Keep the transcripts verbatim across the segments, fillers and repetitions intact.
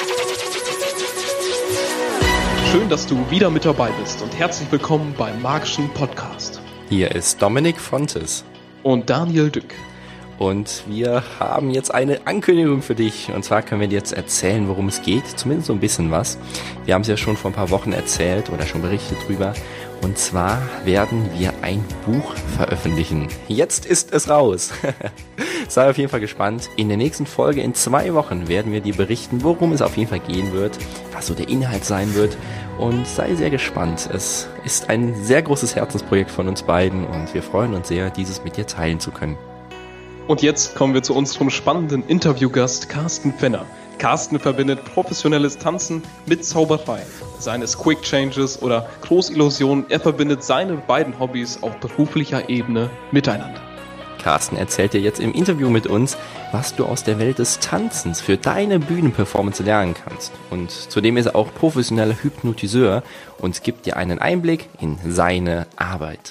Schön, dass du wieder mit dabei bist und herzlich willkommen beim Magischen Podcast. Hier ist Dominik Fontes und Daniel Dück. Und wir haben jetzt eine Ankündigung für dich. Und zwar können wir dir jetzt erzählen, worum es geht. Zumindest so ein bisschen was. Wir haben es ja schon vor ein paar Wochen erzählt oder schon berichtet drüber. Und zwar werden wir ein Buch veröffentlichen. Jetzt ist es raus. Sei auf jeden Fall gespannt. In der nächsten Folge in zwei Wochen werden wir dir berichten, worum es auf jeden Fall gehen wird, was so der Inhalt sein wird. Und sei sehr gespannt. Es ist ein sehr großes Herzensprojekt von uns beiden und wir freuen uns sehr, dieses mit dir teilen zu können. Und jetzt kommen wir zu unserem spannenden Interviewgast Carsten Fenner. Carsten verbindet professionelles Tanzen mit Zauberei. Seien es Quick Changes oder Großillusionen, er verbindet seine beiden Hobbys auf beruflicher Ebene miteinander. Carsten erzählt dir jetzt im Interview mit uns, was du aus der Welt des Tanzens für deine Bühnenperformance lernen kannst. Und zudem ist er auch professioneller Hypnotiseur und gibt dir einen Einblick in seine Arbeit.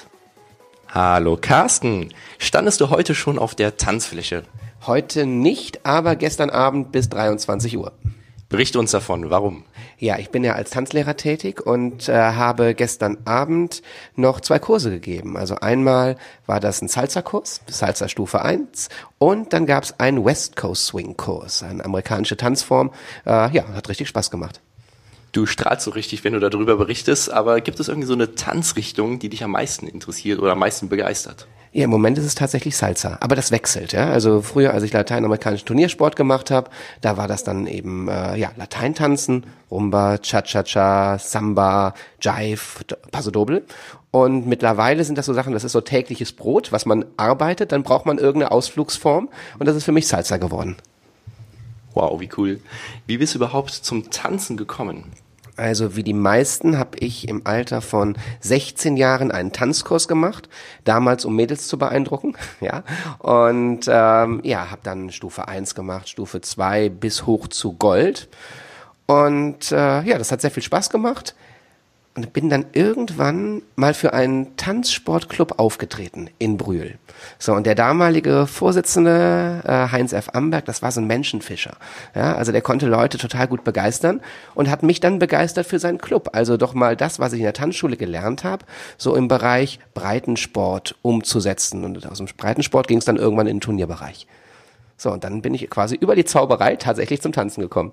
Hallo Carsten, standest du heute schon auf der Tanzfläche? Heute nicht, aber gestern Abend bis dreiundzwanzig Uhr. Berichte uns davon, warum? Ja, ich bin ja als Tanzlehrer tätig und äh, habe gestern Abend noch zwei Kurse gegeben. Also einmal war das ein Salsa-Kurs, Salsa Stufe eins, und dann gab es einen West Coast Swing Kurs, eine amerikanische Tanzform. Äh, ja, hat richtig Spaß gemacht. Du strahlst so richtig, wenn du darüber berichtest, aber gibt es irgendwie so eine Tanzrichtung, die dich am meisten interessiert oder am meisten begeistert? Ja, im Moment ist es tatsächlich Salsa, aber das wechselt, ja. Also früher, als ich lateinamerikanischen Turniersport gemacht habe, da war das dann eben äh, ja Lateintanzen, Rumba, Cha-Cha-Cha, Samba, Jive, Paso Doble. Und mittlerweile sind das so Sachen, das ist so tägliches Brot, was man arbeitet, dann braucht man irgendeine Ausflugsform und das ist für mich Salsa geworden. Wow, wie cool. Wie bist du überhaupt zum Tanzen gekommen? Also wie die meisten habe ich im Alter von sechzehn Jahren einen Tanzkurs gemacht, damals um Mädels zu beeindrucken, ja. Und ähm, ja, habe dann Stufe eins gemacht, Stufe zwei bis hoch zu Gold. Und äh, ja, das hat sehr viel Spaß gemacht. Und bin dann irgendwann mal für einen Tanzsportclub aufgetreten in Brühl. So, und der damalige Vorsitzende, äh, Heinz F. Amberg, das war so ein Menschenfischer. Ja, also der konnte Leute total gut begeistern und hat mich dann begeistert für seinen Club. Also doch mal das, was ich in der Tanzschule gelernt habe, so im Bereich Breitensport umzusetzen. Und aus dem Breitensport ging es dann irgendwann in den Turnierbereich. So, und dann bin ich quasi über die Zauberei tatsächlich zum Tanzen gekommen.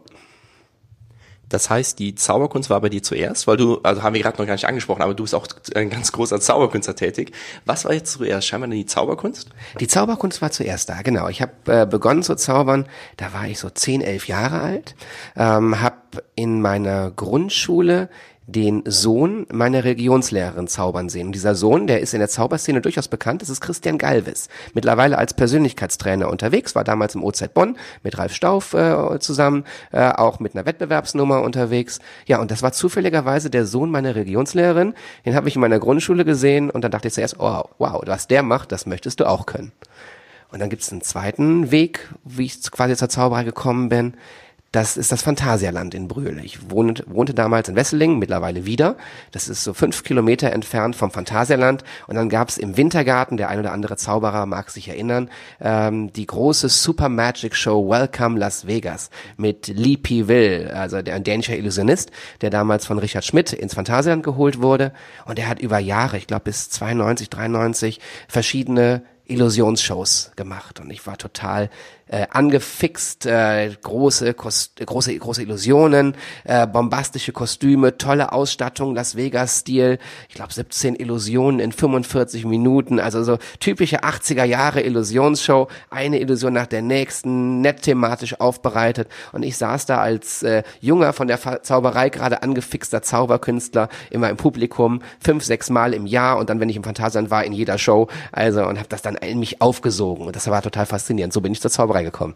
Das heißt, die Zauberkunst war bei dir zuerst, weil du, also haben wir gerade noch gar nicht angesprochen, aber du bist auch ein ganz großer Zauberkünstler tätig. Was war jetzt zuerst? Scheinbar die Zauberkunst? Die Zauberkunst war zuerst da, genau. Ich habe äh, begonnen zu zaubern, da war ich so zehn, elf Jahre alt, ähm, habe in meiner Grundschule den Sohn meiner Religionslehrerin zaubern sehen. Und dieser Sohn, der ist in der Zauberszene durchaus bekannt, das ist Christian Galvis. Mittlerweile als Persönlichkeitstrainer unterwegs, war damals im O Z Bonn mit Ralf Stauf äh, zusammen, äh, auch mit einer Wettbewerbsnummer unterwegs. Ja, und das war zufälligerweise der Sohn meiner Religionslehrerin. Den habe ich in meiner Grundschule gesehen und dann dachte ich zuerst, oh, wow, was der macht, das möchtest du auch können. Und dann gibt es einen zweiten Weg, wie ich quasi zur Zauberei gekommen bin. Das ist das Phantasialand in Brühl. Ich wohnte, wohnte damals in Wesseling, mittlerweile wieder. Das ist so fünf Kilometer entfernt vom Phantasialand. Und dann gab es im Wintergarten, der ein oder andere Zauberer mag sich erinnern, ähm, die große Super Magic Show Welcome Las Vegas mit Lee P. Will, also der ein dänischer Illusionist, der damals von Richard Schmidt ins Phantasialand geholt wurde. Und der hat über Jahre, ich glaube bis zweiundneunzig, dreiundneunzig, verschiedene Illusionsshows gemacht und ich war total äh, angefixt, äh, große Kost- große große Illusionen, äh, bombastische Kostüme, tolle Ausstattung, Las Vegas Stil, ich glaube siebzehn Illusionen in fünfundvierzig Minuten, also so typische achtziger Jahre Illusionsshow, eine Illusion nach der nächsten, nett thematisch aufbereitet und ich saß da als äh, junger von der Fa- Zauberei gerade angefixter Zauberkünstler immer im Publikum, fünf, sechs Mal im Jahr und dann, wenn ich im Phantasialand war, in jeder Show, also und habe das dann in mich aufgesogen und das war total faszinierend. So bin ich zur Zauberei gekommen.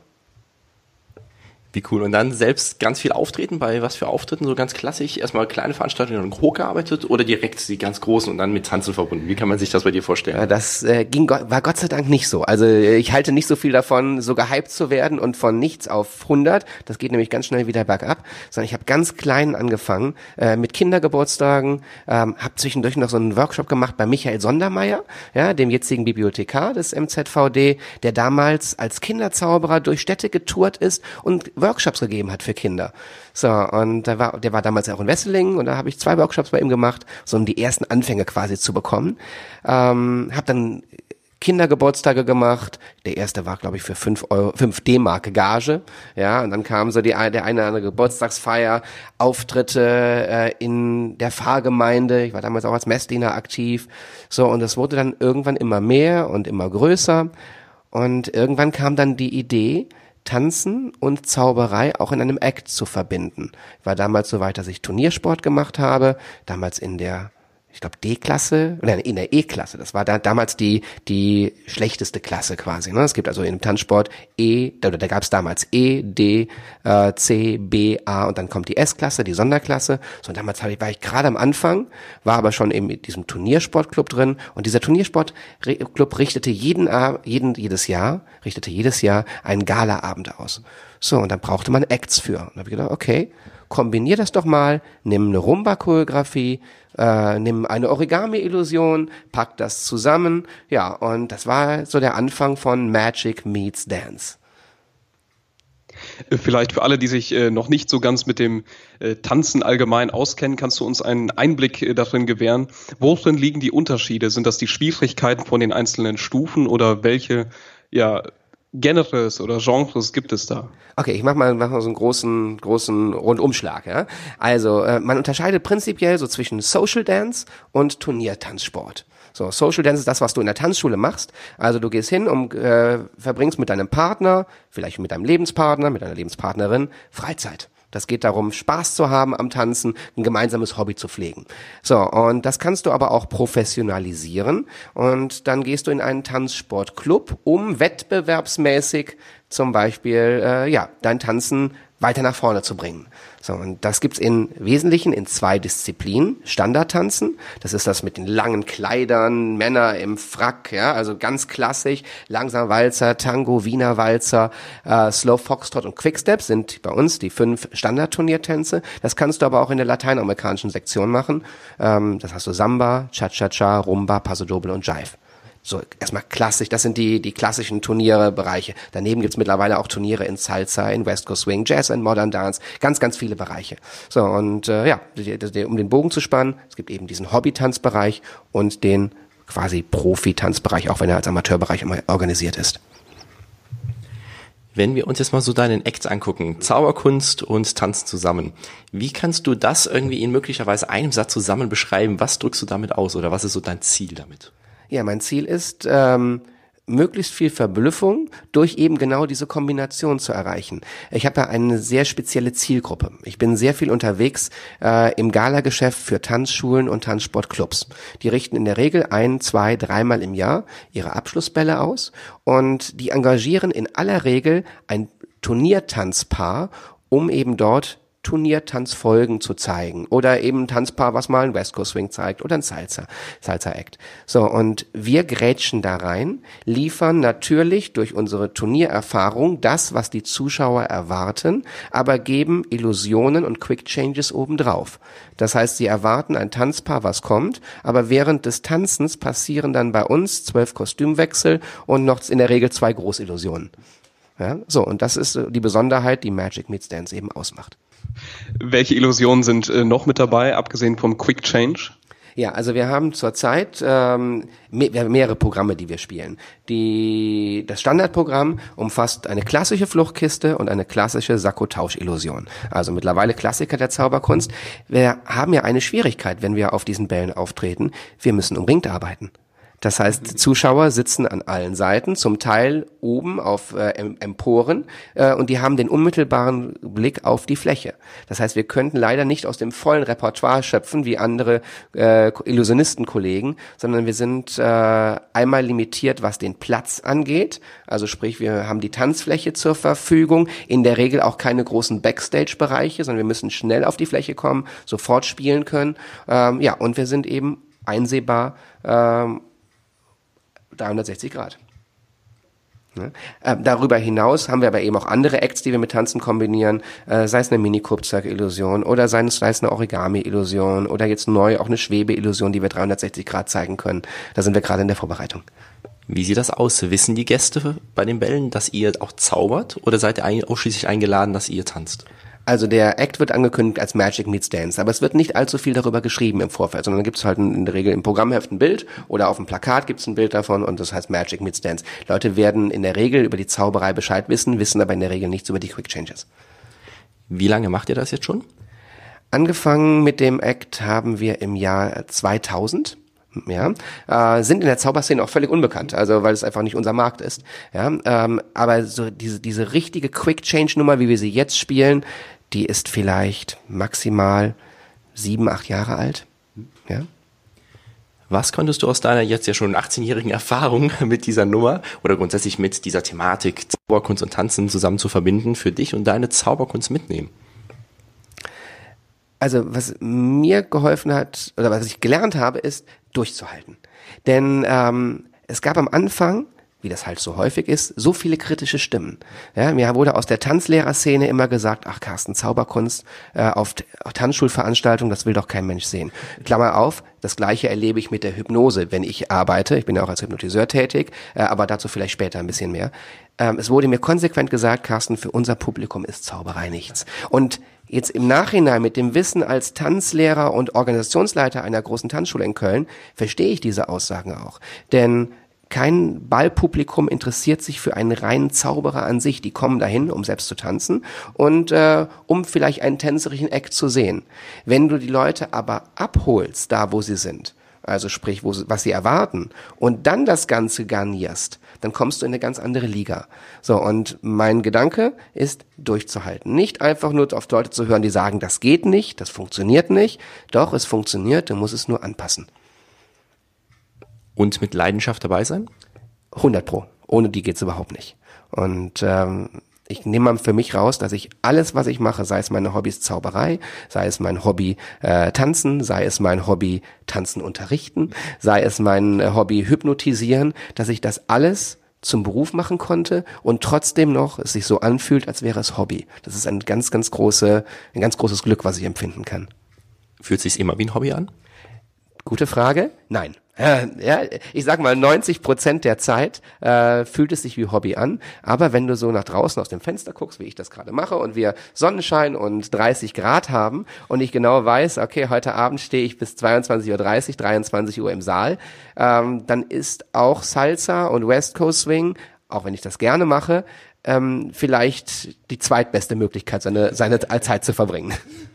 Wie cool. Und dann selbst ganz viel auftreten, bei was für Auftritten, so ganz klassisch, erstmal kleine Veranstaltungen und hochgearbeitet oder direkt die ganz großen und dann mit Tanzen verbunden? Wie kann man sich das bei dir vorstellen? Ja, das äh, ging, war Gott sei Dank nicht so. Also ich halte nicht so viel davon, so gehypt zu werden und von nichts auf hundert. Das geht nämlich ganz schnell wieder bergab. Sondern ich habe ganz klein angefangen, äh, mit Kindergeburtstagen, ähm, habe zwischendurch noch so einen Workshop gemacht bei Michael Sondermeier, ja, dem jetzigen Bibliothekar des M Z V D, der damals als Kinderzauberer durch Städte getourt ist und Workshops gegeben hat für Kinder. So, und der war, der war damals auch in Wesseling und da habe ich zwei Workshops bei ihm gemacht, so um die ersten Anfänge quasi zu bekommen. Ähm, habe dann Kindergeburtstage gemacht. Der erste war, glaube ich, für fünf Euro, fünf D-Mark Gage. Ja, und dann kam so die, der eine oder andere Geburtstagsfeier, Auftritte äh, in der Pfarrgemeinde. Ich war damals auch als Messdiener aktiv. So, und es wurde dann irgendwann immer mehr und immer größer. Und irgendwann kam dann die Idee, Tanzen und Zauberei auch in einem Act zu verbinden. Ich war damals so weit, dass ich Turniersport gemacht habe, damals in der ich glaube D-Klasse oder in der E-Klasse. Das war da damals die die schlechteste Klasse quasi. Ne? Es gibt also im Tanzsport E, oder da gab es damals E, D, äh, C, B, A und dann kommt die S-Klasse, die Sonderklasse. So, und damals hab ich, war ich gerade am Anfang, war aber schon in diesem Turniersportclub drin und dieser Turniersportclub richtete jeden, jeden jedes Jahr richtete jedes Jahr einen Galaabend aus. So, und dann brauchte man Acts für. Und da habe ich gedacht, okay, kombinier das doch mal, nimm eine Rumba-Choreografie, äh, nimm eine Origami-Illusion, pack das zusammen. Ja, und das war so der Anfang von Magic Meets Dance. Vielleicht für alle, die sich äh, noch nicht so ganz mit dem äh, Tanzen allgemein auskennen, kannst du uns einen Einblick äh, darin gewähren. Worin liegen die Unterschiede? Sind das die Schwierigkeiten von den einzelnen Stufen oder welche, ja, Genres oder Genres gibt es da? Okay, ich mach mal, mach mal so einen großen, großen Rundumschlag. Ja? Also äh, man unterscheidet prinzipiell so zwischen Social Dance und Turniertanzsport. So, Social Dance ist das, was du in der Tanzschule machst. Also du gehst hin und äh, verbringst mit deinem Partner, vielleicht mit deinem Lebenspartner, mit deiner Lebenspartnerin Freizeit. Das geht darum, Spaß zu haben am Tanzen, ein gemeinsames Hobby zu pflegen. So, und das kannst du aber auch professionalisieren und dann gehst du in einen Tanzsportclub, um wettbewerbsmäßig zum Beispiel äh, ja dein Tanzen weiter nach vorne zu bringen. So, und das gibt's im Wesentlichen in zwei Disziplinen. Standardtanzen, das ist das mit den langen Kleidern, Männer im Frack, ja, also ganz klassisch. Langsam Walzer, Tango, Wiener Walzer, äh, Slow Foxtrot und Quickstep sind bei uns die fünf Standardturniertänze. Das kannst du aber auch in der lateinamerikanischen Sektion machen. Ähm, das hast du Samba, Cha-Cha-Cha, Rumba, Paso Doble und Jive. So, erstmal klassisch, das sind die die klassischen Turniere-Bereiche. Daneben gibt's mittlerweile auch Turniere in Salsa, in West Coast Swing, Jazz und Modern Dance, ganz, ganz viele Bereiche. So, und äh, ja, die, die, um den Bogen zu spannen, es gibt eben diesen Hobby-Tanzbereich und den quasi Profi-Tanzbereich, auch wenn er als Amateurbereich immer organisiert ist. Wenn wir uns jetzt mal so deinen Act angucken, Zauberkunst und Tanzen zusammen, wie kannst du das irgendwie in möglicherweise einem Satz zusammen beschreiben? Was drückst du damit aus oder was ist so dein Ziel damit? Ja, mein Ziel ist, ähm, möglichst viel Verblüffung durch eben genau diese Kombination zu erreichen. Ich habe ja eine sehr spezielle Zielgruppe. Ich bin sehr viel unterwegs äh, im Galageschäft für Tanzschulen und Tanzsportclubs. Die richten in der Regel ein, zwei, dreimal im Jahr ihre Abschlussbälle aus und die engagieren in aller Regel ein Turniertanzpaar, um eben dort Turniertanzfolgen zu zeigen oder eben ein Tanzpaar, was mal ein West Coast Swing zeigt oder ein Salsa, Salsa Act. So, und wir grätschen da rein, liefern natürlich durch unsere Turniererfahrung das, was die Zuschauer erwarten, aber geben Illusionen und Quick Changes obendrauf. Das heißt, sie erwarten ein Tanzpaar, was kommt, aber während des Tanzens passieren dann bei uns zwölf Kostümwechsel und noch in der Regel zwei Großillusionen. Ja, so, und das ist die Besonderheit, die Magic Meets Dance eben ausmacht. Welche Illusionen sind äh, noch mit dabei, abgesehen vom Quick Change? Ja, also wir haben zurzeit ähm, mehr, wir haben mehrere Programme, die wir spielen. Die, das Standardprogramm umfasst eine klassische Fluchtkiste und eine klassische Sakko-Tausch-Illusion. Also mittlerweile Klassiker der Zauberkunst. Wir haben ja eine Schwierigkeit, wenn wir auf diesen Bällen auftreten. Wir müssen umringt arbeiten. Das heißt, Zuschauer sitzen an allen Seiten, zum Teil oben auf äh, Emporen äh, und die haben den unmittelbaren Blick auf die Fläche. Das heißt, wir könnten leider nicht aus dem vollen Repertoire schöpfen wie andere äh, Illusionistenkollegen, sondern wir sind äh, einmal limitiert, was den Platz angeht. Also sprich, wir haben die Tanzfläche zur Verfügung, in der Regel auch keine großen Backstage-Bereiche, sondern wir müssen schnell auf die Fläche kommen, sofort spielen können. Ähm, ja, und wir sind eben einsehbar ähm, dreihundertsechzig Grad. Ne? Äh, darüber hinaus haben wir aber eben auch andere Acts, die wir mit Tanzen kombinieren, äh, sei es eine Mini-Kurbzeug-Illusion oder sei es, sei es eine Origami-Illusion oder jetzt neu auch eine Schwebe-Illusion, die wir dreihundertsechzig Grad zeigen können. Da sind wir gerade in der Vorbereitung. Wie sieht das aus? Wissen die Gäste bei den Bällen, dass ihr auch zaubert oder seid ihr ausschließlich eingeladen, dass ihr tanzt? Also der Act wird angekündigt als Magic Meets Dance, aber es wird nicht allzu viel darüber geschrieben im Vorfeld, sondern gibt es halt in der Regel im Programmheft ein Bild oder auf dem Plakat gibt es ein Bild davon und das heißt Magic Meets Dance. Leute werden in der Regel über die Zauberei Bescheid wissen, wissen aber in der Regel nichts über die Quick Changes. Wie lange macht ihr das jetzt schon? Angefangen mit dem Act haben wir im Jahr zweitausend. Ja, äh, sind in der Zauberszene auch völlig unbekannt, also weil es einfach nicht unser Markt ist. Ja, ähm, aber so diese diese richtige Quick Change Nummer, wie wir sie jetzt spielen, die ist vielleicht maximal sieben, acht Jahre alt. Ja. Was konntest du aus deiner jetzt ja schon achtzehnjährigen Erfahrung mit dieser Nummer oder grundsätzlich mit dieser Thematik Zauberkunst und Tanzen zusammen zu verbinden für dich und deine Zauberkunst mitnehmen? Also was mir geholfen hat oder was ich gelernt habe, ist durchzuhalten. Denn ähm, es gab am Anfang, wie das halt so häufig ist, so viele kritische Stimmen. Ja, mir wurde aus der Tanzlehrerszene immer gesagt, ach Carsten, Zauberkunst äh, auf, auf Tanzschulveranstaltungen, das will doch kein Mensch sehen. Klammer auf, das Gleiche erlebe ich mit der Hypnose, wenn ich arbeite. Ich bin ja auch als Hypnotiseur tätig, äh, aber dazu vielleicht später ein bisschen mehr. Ähm, es wurde mir konsequent gesagt, Carsten, für unser Publikum ist Zauberei nichts. Und jetzt im Nachhinein mit dem Wissen als Tanzlehrer und Organisationsleiter einer großen Tanzschule in Köln verstehe ich diese Aussagen auch. Denn kein Ballpublikum interessiert sich für einen reinen Zauberer an sich. Die kommen dahin, um selbst zu tanzen und äh, um vielleicht einen tänzerischen Act zu sehen. Wenn du die Leute aber abholst, da wo sie sind, also sprich, wo, was sie erwarten, und dann das Ganze garnierst, dann kommst du in eine ganz andere Liga. So, und mein Gedanke ist, durchzuhalten. Nicht einfach nur auf Leute zu hören, die sagen, das geht nicht, das funktioniert nicht. Doch, es funktioniert, du musst es nur anpassen. Und mit Leidenschaft dabei sein? hundert Pro. Ohne die geht's überhaupt nicht. Und ähm, ich nehme mal für mich raus, dass ich alles, was ich mache, sei es meine Hobbys Zauberei, sei es mein Hobby äh, Tanzen, sei es mein Hobby Tanzen unterrichten, sei es mein äh, Hobby Hypnotisieren, dass ich das alles zum Beruf machen konnte und trotzdem noch es sich so anfühlt, als wäre es Hobby. Das ist ein ganz, ganz große, ein ganz großes Glück, was ich empfinden kann. Fühlt sich's immer wie ein Hobby an? Gute Frage. Nein. Ja, ich sag mal, neunzig Prozent der Zeit äh, fühlt es sich wie Hobby an. Aber wenn du so nach draußen aus dem Fenster guckst, wie ich das gerade mache, und wir Sonnenschein und dreißig Grad haben und ich genau weiß, okay, heute Abend stehe ich bis zweiundzwanzig Uhr dreißig, dreiundzwanzig Uhr im Saal, ähm, dann ist auch Salsa und West Coast Swing, auch wenn ich das gerne mache, ähm, vielleicht die zweitbeste Möglichkeit, seine, seine Zeit zu verbringen.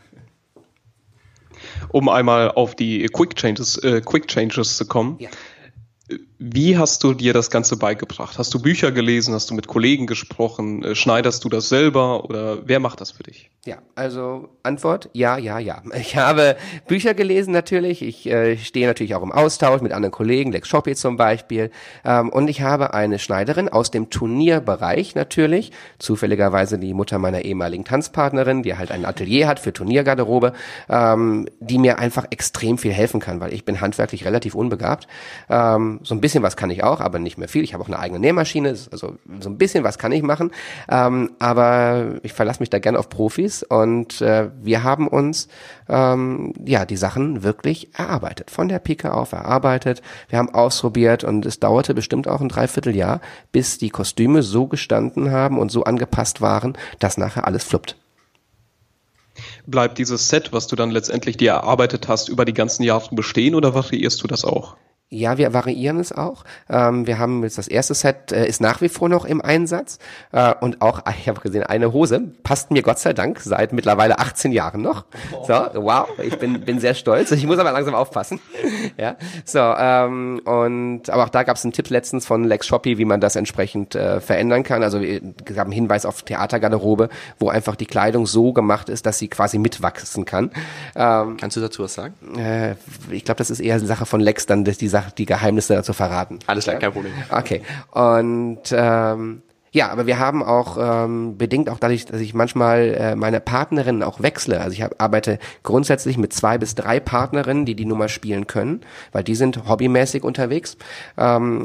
Um einmal auf die Quick Changes, äh, Quick Changes zu kommen. Ja. Wie hast du dir das Ganze beigebracht? Hast du Bücher gelesen? Hast du mit Kollegen gesprochen? Schneiderst du das selber oder wer macht das für dich? Ja, also Antwort, ja, ja, ja. Ich habe Bücher gelesen natürlich. Ich äh, stehe natürlich auch im Austausch mit anderen Kollegen, Lex Schoppi zum Beispiel. Ähm, und ich habe eine Schneiderin aus dem Turnierbereich natürlich, zufälligerweise die Mutter meiner ehemaligen Tanzpartnerin, die halt ein Atelier hat für Turniergarderobe, ähm, die mir einfach extrem viel helfen kann, weil ich bin handwerklich relativ unbegabt. Ähm, so ein bisschen was kann ich auch, aber nicht mehr viel. Ich habe auch eine eigene Nähmaschine, also so ein bisschen was kann ich machen. Ähm, aber ich verlasse mich da gerne auf Profis. Und äh, wir haben uns ähm, ja die Sachen wirklich erarbeitet, von der Pike auf erarbeitet. Wir haben ausprobiert und es dauerte bestimmt auch ein Dreivierteljahr, bis die Kostüme so gestanden haben und so angepasst waren, dass nachher alles fluppt. Bleibt dieses Set, was du dann letztendlich dir erarbeitet hast, über die ganzen Jahre bestehen oder variierst du das auch? Ja, wir variieren es auch. Ähm, wir haben jetzt das erste Set, äh, ist nach wie vor noch im Einsatz. Äh, und auch, ich habe gesehen, eine Hose passt mir Gott sei Dank seit mittlerweile achtzehn Jahren noch. So, wow, ich bin bin sehr stolz. Ich muss aber langsam aufpassen. Ja, so, ähm, und aber auch da gab es einen Tipp letztens von Lex Schoppi, wie man das entsprechend äh, verändern kann. Also wir haben einen Hinweis auf Theatergarderobe, wo einfach die Kleidung so gemacht ist, dass sie quasi mitwachsen kann. Ähm, Kannst du dazu was sagen? Äh, ich glaube, das ist eher eine Sache von Lex, dann dass die Sache die Geheimnisse dazu verraten. Alles klar, kein Problem. Okay. Und ähm, ja, aber wir haben auch ähm, bedingt auch dadurch, dass ich manchmal äh, meine Partnerinnen auch wechsle. Also ich hab, arbeite grundsätzlich mit zwei bis drei Partnerinnen, die die Nummer spielen können, weil die sind hobbymäßig unterwegs. Ähm,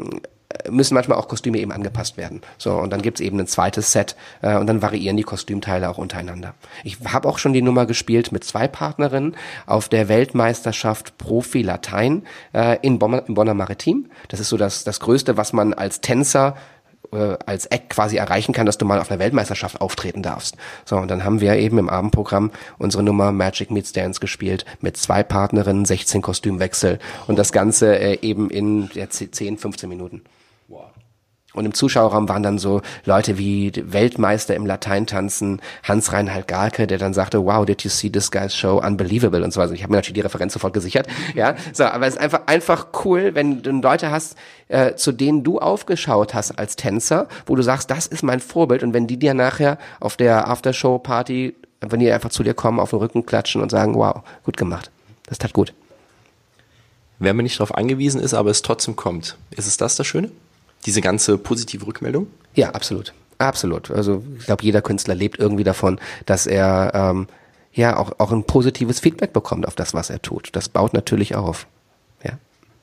müssen manchmal auch Kostüme eben angepasst werden. So, und dann gibt's eben ein zweites Set äh, und dann variieren die Kostümteile auch untereinander. Ich habe auch schon die Nummer gespielt mit zwei Partnerinnen auf der Weltmeisterschaft Profi Latein äh, in Bonn, im Bonner Maritim. Das ist so das, das Größte, was man als Tänzer äh, als Act quasi erreichen kann, dass du mal auf einer Weltmeisterschaft auftreten darfst. So, und dann haben wir eben im Abendprogramm unsere Nummer Magic Meets Dance gespielt mit zwei Partnerinnen, sechzehn Kostümwechsel und das Ganze äh, eben in ja, zehn, fünfzehn Minuten. Und im Zuschauerraum waren dann so Leute wie Weltmeister im Lateintanzen, Hans-Reinhard Gahlke, der dann sagte, wow, did you see this guy's show? Unbelievable und so. Also ich habe mir natürlich die Referenz sofort gesichert. Ja, so, aber es ist einfach einfach cool, wenn du Leute hast, äh, zu denen du aufgeschaut hast als Tänzer, wo du sagst, das ist mein Vorbild. Und wenn die dir nachher auf der Aftershow-Party, wenn die einfach zu dir kommen, auf den Rücken klatschen und sagen, wow, gut gemacht. Das tat gut. Wenn man nicht darauf angewiesen ist, aber es trotzdem kommt, ist es das das Schöne? Diese ganze positive Rückmeldung? Ja, absolut. Absolut. Also ich glaube, jeder Künstler lebt irgendwie davon, dass er ähm, ja auch, auch ein positives Feedback bekommt auf das, was er tut. Das baut natürlich auf. Ja.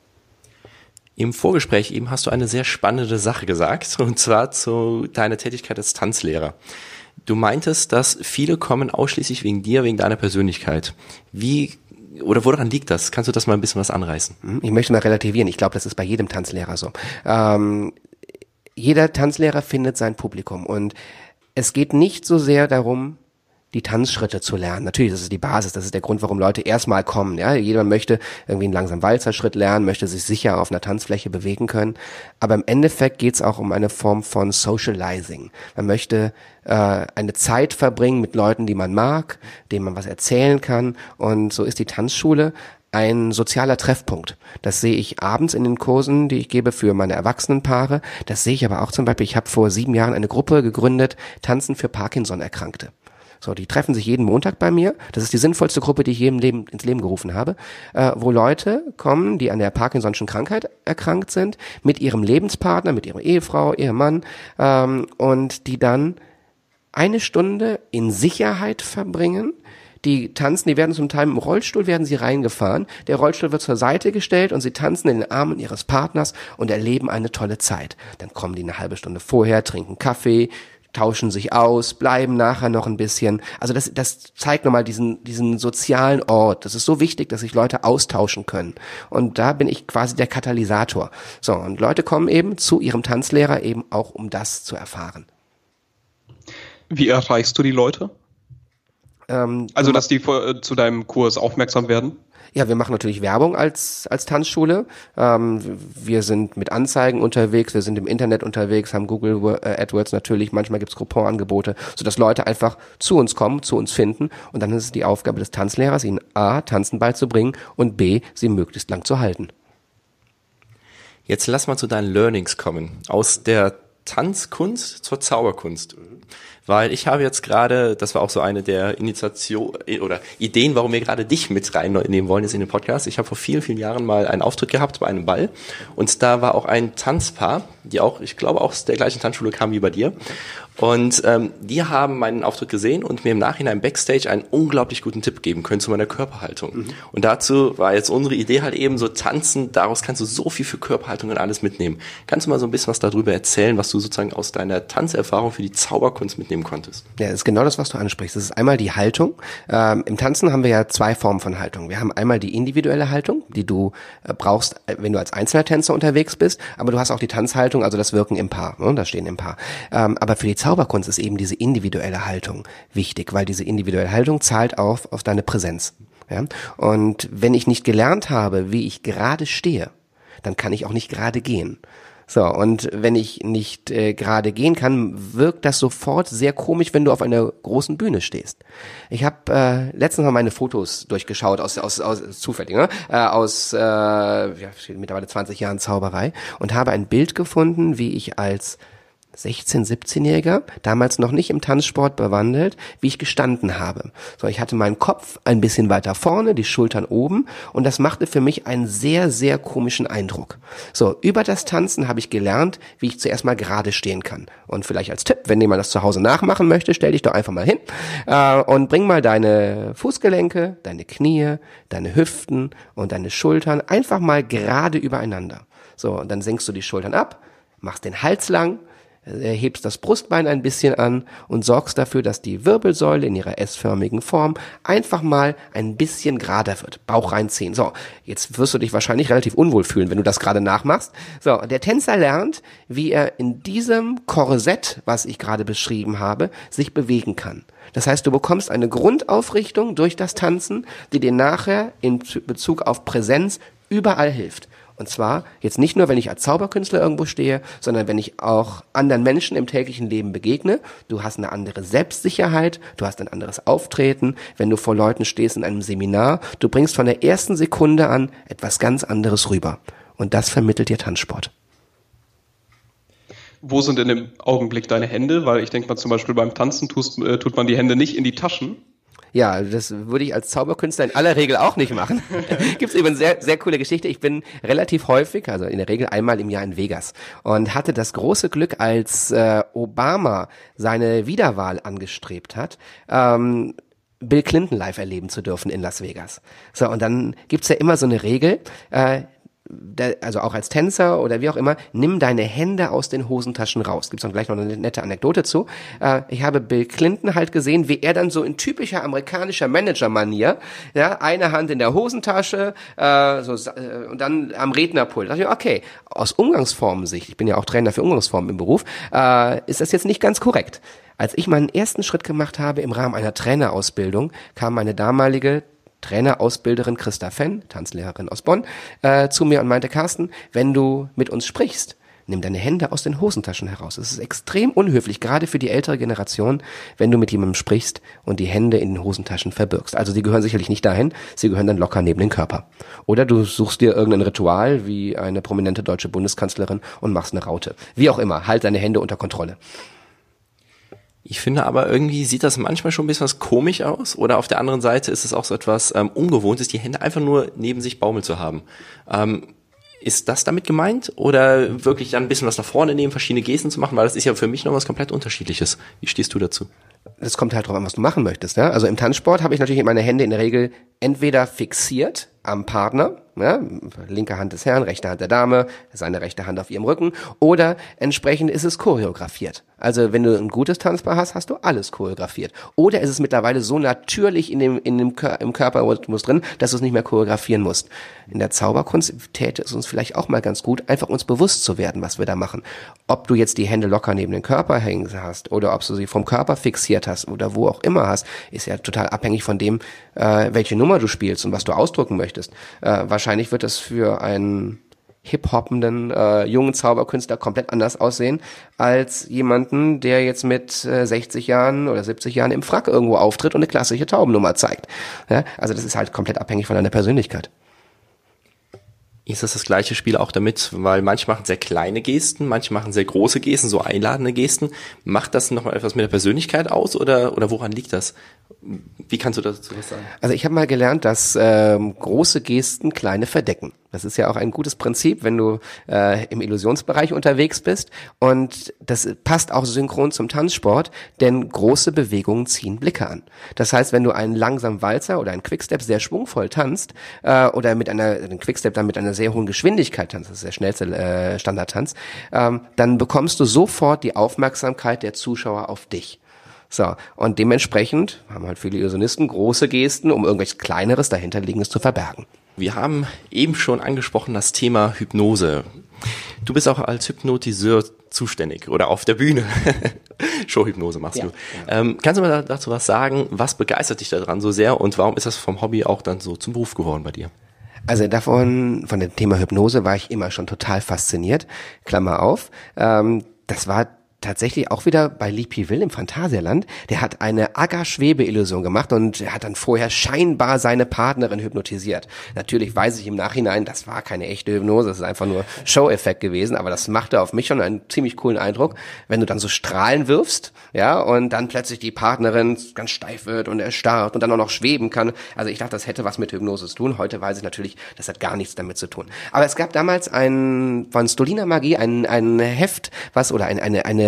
Im Vorgespräch eben hast du eine sehr spannende Sache gesagt, und zwar zu deiner Tätigkeit als Tanzlehrer. Du meintest, dass viele kommen ausschließlich wegen dir, wegen deiner Persönlichkeit. Wie Oder woran liegt das? Kannst du das mal ein bisschen was anreißen? Ich möchte mal relativieren. Ich glaube, das ist bei jedem Tanzlehrer so. Ähm, jeder Tanzlehrer findet sein Publikum und es geht nicht so sehr darum, die Tanzschritte zu lernen. Natürlich, das ist die Basis, das ist der Grund, warum Leute erstmal kommen. Ja, jeder möchte irgendwie einen langsamen Walzerschritt lernen, möchte sich sicher auf einer Tanzfläche bewegen können. Aber im Endeffekt geht es auch um eine Form von Socializing. Man möchte äh, eine Zeit verbringen mit Leuten, die man mag, denen man was erzählen kann. Und so ist die Tanzschule ein sozialer Treffpunkt. Das sehe ich abends in den Kursen, die ich gebe für meine Erwachsenenpaare. Das sehe ich aber auch zum Beispiel, ich habe vor sieben Jahren eine Gruppe gegründet, Tanzen für Parkinson-Erkrankte. So, die treffen sich jeden Montag bei mir. Das ist die sinnvollste Gruppe, die ich jedem Leben ins Leben gerufen habe, äh, wo Leute kommen, die an der Parkinson'schen Krankheit erkrankt sind, mit ihrem Lebenspartner, mit ihrer Ehefrau, Ehemann, ähm, und die dann eine Stunde in Sicherheit verbringen. Die tanzen, die werden zum Teil im Rollstuhl, werden sie reingefahren. Der Rollstuhl wird zur Seite gestellt und sie tanzen in den Armen ihres Partners und erleben eine tolle Zeit. Dann kommen die eine halbe Stunde vorher, trinken Kaffee, tauschen sich aus, bleiben nachher noch ein bisschen. Also das, das zeigt nochmal diesen, diesen sozialen Ort. Das ist so wichtig, dass sich Leute austauschen können. Und da bin ich quasi der Katalysator. So, und Leute kommen eben zu ihrem Tanzlehrer eben auch, um das zu erfahren. Wie erreichst du die Leute? Ähm, also, dass die vor, zu deinem Kurs aufmerksam werden? Ja, wir machen natürlich Werbung als als Tanzschule. Ähm, wir sind mit Anzeigen unterwegs, wir sind im Internet unterwegs, haben Google AdWords natürlich. Manchmal gibt's Couponangebote, sodass Leute einfach zu uns kommen, zu uns finden. Und dann ist es die Aufgabe des Tanzlehrers, ihnen A, Tanzen beizubringen und B, sie möglichst lang zu halten. Jetzt lass mal zu deinen Learnings kommen. Aus der Tanzkunst zur Zauberkunst. Weil ich habe jetzt gerade, das war auch so eine der Initiation oder Ideen, warum wir gerade dich mit reinnehmen wollen, ist in den Podcast. Ich habe vor vielen, vielen Jahren mal einen Auftritt gehabt bei einem Ball und da war auch ein Tanzpaar, die auch, ich glaube, auch aus der gleichen Tanzschule kamen wie bei dir. Und ähm, die haben meinen Auftritt gesehen und mir im Nachhinein Backstage einen unglaublich guten Tipp geben können zu meiner Körperhaltung. Mhm. Und dazu war jetzt unsere Idee halt eben so tanzen, daraus kannst du so viel für Körperhaltung und alles mitnehmen. Kannst du mal so ein bisschen was darüber erzählen, was du sozusagen aus deiner Tanzerfahrung für die Zauberkunst mitnehmen konntest? Ja, das ist genau das, was du ansprichst. Das ist einmal die Haltung. Ähm, im Tanzen haben wir ja zwei Formen von Haltung. Wir haben einmal die individuelle Haltung, die du äh, brauchst, wenn du als einzelner Tänzer unterwegs bist, aber du hast auch die Tanzhaltung, also das Wirken im Paar, ne? Das Stehen im Paar. Ähm, aber für die Zauberkunst ist eben diese individuelle Haltung wichtig, weil diese individuelle Haltung zahlt auf auf deine Präsenz. Ja? Und wenn ich nicht gelernt habe, wie ich gerade stehe, dann kann ich auch nicht gerade gehen. So, und wenn ich nicht äh, gerade gehen kann, wirkt das sofort sehr komisch, wenn du auf einer großen Bühne stehst. Ich habe äh, letztens mal meine Fotos durchgeschaut, aus, aus, aus zufällig, ne? äh, aus äh, ja, mittlerweile zwanzig Jahren Zauberei und habe ein Bild gefunden, wie ich als sechzehn-, siebzehnjähriger, damals noch nicht im Tanzsport bewandelt, wie ich gestanden habe. So, ich hatte meinen Kopf ein bisschen weiter vorne, die Schultern oben und das machte für mich einen sehr, sehr komischen Eindruck. So, über das Tanzen habe ich gelernt, wie ich zuerst mal gerade stehen kann. Und vielleicht als Tipp, wenn jemand das zu Hause nachmachen möchte, stell dich doch einfach mal hin äh, und bring mal deine Fußgelenke, deine Knie, deine Hüften und deine Schultern einfach mal gerade übereinander. So, und dann senkst du die Schultern ab, machst den Hals lang, hebst das Brustbein ein bisschen an und sorgst dafür, dass die Wirbelsäule in ihrer S-förmigen Form einfach mal ein bisschen gerader wird. Bauch reinziehen. So, jetzt wirst du dich wahrscheinlich relativ unwohl fühlen, wenn du das gerade nachmachst. So, der Tänzer lernt, wie er in diesem Korsett, was ich gerade beschrieben habe, sich bewegen kann. Das heißt, du bekommst eine Grundaufrichtung durch das Tanzen, die dir nachher in Bezug auf Präsenz überall hilft. Und zwar jetzt nicht nur, wenn ich als Zauberkünstler irgendwo stehe, sondern wenn ich auch anderen Menschen im täglichen Leben begegne. Du hast eine andere Selbstsicherheit, du hast ein anderes Auftreten. Wenn du vor Leuten stehst in einem Seminar, du bringst von der ersten Sekunde an etwas ganz anderes rüber. Und das vermittelt dir Tanzsport. Wo sind in dem Augenblick deine Hände? Weil ich denke mal zum Beispiel beim Tanzen tust, äh, tut man die Hände nicht in die Taschen. Ja, das würde ich als Zauberkünstler in aller Regel auch nicht machen. Gibt's übrigens sehr, sehr coole Geschichte. Ich bin relativ häufig, also in der Regel einmal im Jahr in Vegas und hatte das große Glück, als äh, Obama seine Wiederwahl angestrebt hat, ähm, Bill Clinton live erleben zu dürfen in Las Vegas. So, und dann gibt's ja immer so eine Regel, äh, also auch als Tänzer oder wie auch immer, nimm deine Hände aus den Hosentaschen raus. Gibt's dann gleich noch eine nette Anekdote zu. Ich habe Bill Clinton halt gesehen, wie er dann so in typischer amerikanischer Manager-Manier, ja, eine Hand in der Hosentasche, äh, so, äh, und dann am Rednerpult. Da dachte ich, okay, aus Umgangsformen-Sicht, ich bin ja auch Trainer für Umgangsformen im Beruf, äh, ist das jetzt nicht ganz korrekt. Als ich meinen ersten Schritt gemacht habe im Rahmen einer Trainerausbildung, kam meine damalige Trainerausbilderin Christa Fenn, Tanzlehrerin aus Bonn, äh, zu mir und meinte, Carsten, wenn du mit uns sprichst, nimm deine Hände aus den Hosentaschen heraus. Es ist extrem unhöflich, gerade für die ältere Generation, wenn du mit jemandem sprichst und die Hände in den Hosentaschen verbirgst. Also die gehören sicherlich nicht dahin, sie gehören dann locker neben den Körper. Oder du suchst dir irgendein Ritual, wie eine prominente deutsche Bundeskanzlerin, und machst eine Raute. Wie auch immer, halt deine Hände unter Kontrolle. Ich finde aber irgendwie sieht das manchmal schon ein bisschen was komisch aus, oder auf der anderen Seite ist es auch so etwas ähm, Ungewohntes, die Hände einfach nur neben sich baumeln zu haben. Ähm, ist das damit gemeint, oder wirklich dann ein bisschen was nach vorne nehmen, verschiedene Gesten zu machen, weil das ist ja für mich noch was komplett Unterschiedliches. Wie stehst du dazu? Das kommt halt drauf an, was du machen möchtest. Ja? Also im Tanzsport habe ich natürlich meine Hände in der Regel entweder fixiert am Partner, ja, linke Hand des Herrn, rechte Hand der Dame, seine rechte Hand auf ihrem Rücken, oder entsprechend ist es choreografiert. Also wenn du ein gutes Tanzpaar hast, hast du alles choreografiert. Oder ist es mittlerweile so natürlich in dem, in dem im Körperrhythmus drin, dass du es nicht mehr choreografieren musst. In der Zauberkunst täte es uns vielleicht auch mal ganz gut, einfach uns bewusst zu werden, was wir da machen. Ob du jetzt die Hände locker neben den Körper hängen hast oder ob du sie vom Körper fixiert hast oder wo auch immer hast, ist ja total abhängig von dem, äh, welche Nummer du spielst und was du ausdrücken möchtest. Äh, wahrscheinlich wird es für einen hip-hoppenden äh, jungen Zauberkünstler komplett anders aussehen als jemanden, der jetzt mit äh, sechzig Jahren oder siebzig Jahren im Frack irgendwo auftritt und eine klassische Taubennummer zeigt. Ja? Also das ist halt komplett abhängig von deiner Persönlichkeit. Ist das das gleiche Spiel auch damit, weil manche machen sehr kleine Gesten, manche machen sehr große Gesten, so einladende Gesten. Macht das nochmal etwas mit der Persönlichkeit aus, oder oder woran liegt das? Wie kannst du dazu was sagen? Also ich habe mal gelernt, dass ähm, große Gesten kleine verdecken. Das ist ja auch ein gutes Prinzip, wenn du äh, im Illusionsbereich unterwegs bist. Und das passt auch synchron zum Tanzsport, denn große Bewegungen ziehen Blicke an. Das heißt, wenn du einen langsamen Walzer oder einen Quickstep sehr schwungvoll tanzt äh, oder mit einer, einen Quickstep dann mit einer sehr hohen Geschwindigkeit tanzt, das ist der schnellste äh, Standardtanz, ähm, dann bekommst du sofort die Aufmerksamkeit der Zuschauer auf dich. So, und dementsprechend haben halt viele Illusionisten große Gesten, um irgendwelches Kleineres, dahinterliegendes zu verbergen. Wir haben eben schon angesprochen das Thema Hypnose. Du bist auch als Hypnotiseur zuständig oder auf der Bühne. Showhypnose machst ja, du. Ja. Ähm, kannst du mal dazu was sagen? Was begeistert dich daran so sehr und warum ist das vom Hobby auch dann so zum Beruf geworden bei dir? Also davon, von dem Thema Hypnose war ich immer schon total fasziniert. Klammer auf. Ähm, das war tatsächlich auch wieder bei Lipi Will im Phantasialand. Der hat eine Agger-Schwebe-Illusion gemacht und er hat dann vorher scheinbar seine Partnerin hypnotisiert. Natürlich weiß ich im Nachhinein, das war keine echte Hypnose, das ist einfach nur Show-Effekt gewesen, aber das machte auf mich schon einen ziemlich coolen Eindruck, wenn du dann so Strahlen wirfst, ja, und dann plötzlich die Partnerin ganz steif wird und erstarrt und dann auch noch schweben kann. Also ich dachte, das hätte was mit Hypnose zu tun. Heute weiß ich natürlich, das hat gar nichts damit zu tun. Aber es gab damals ein, von Stolina Magie, ein, ein Heft, was, oder eine, eine, eine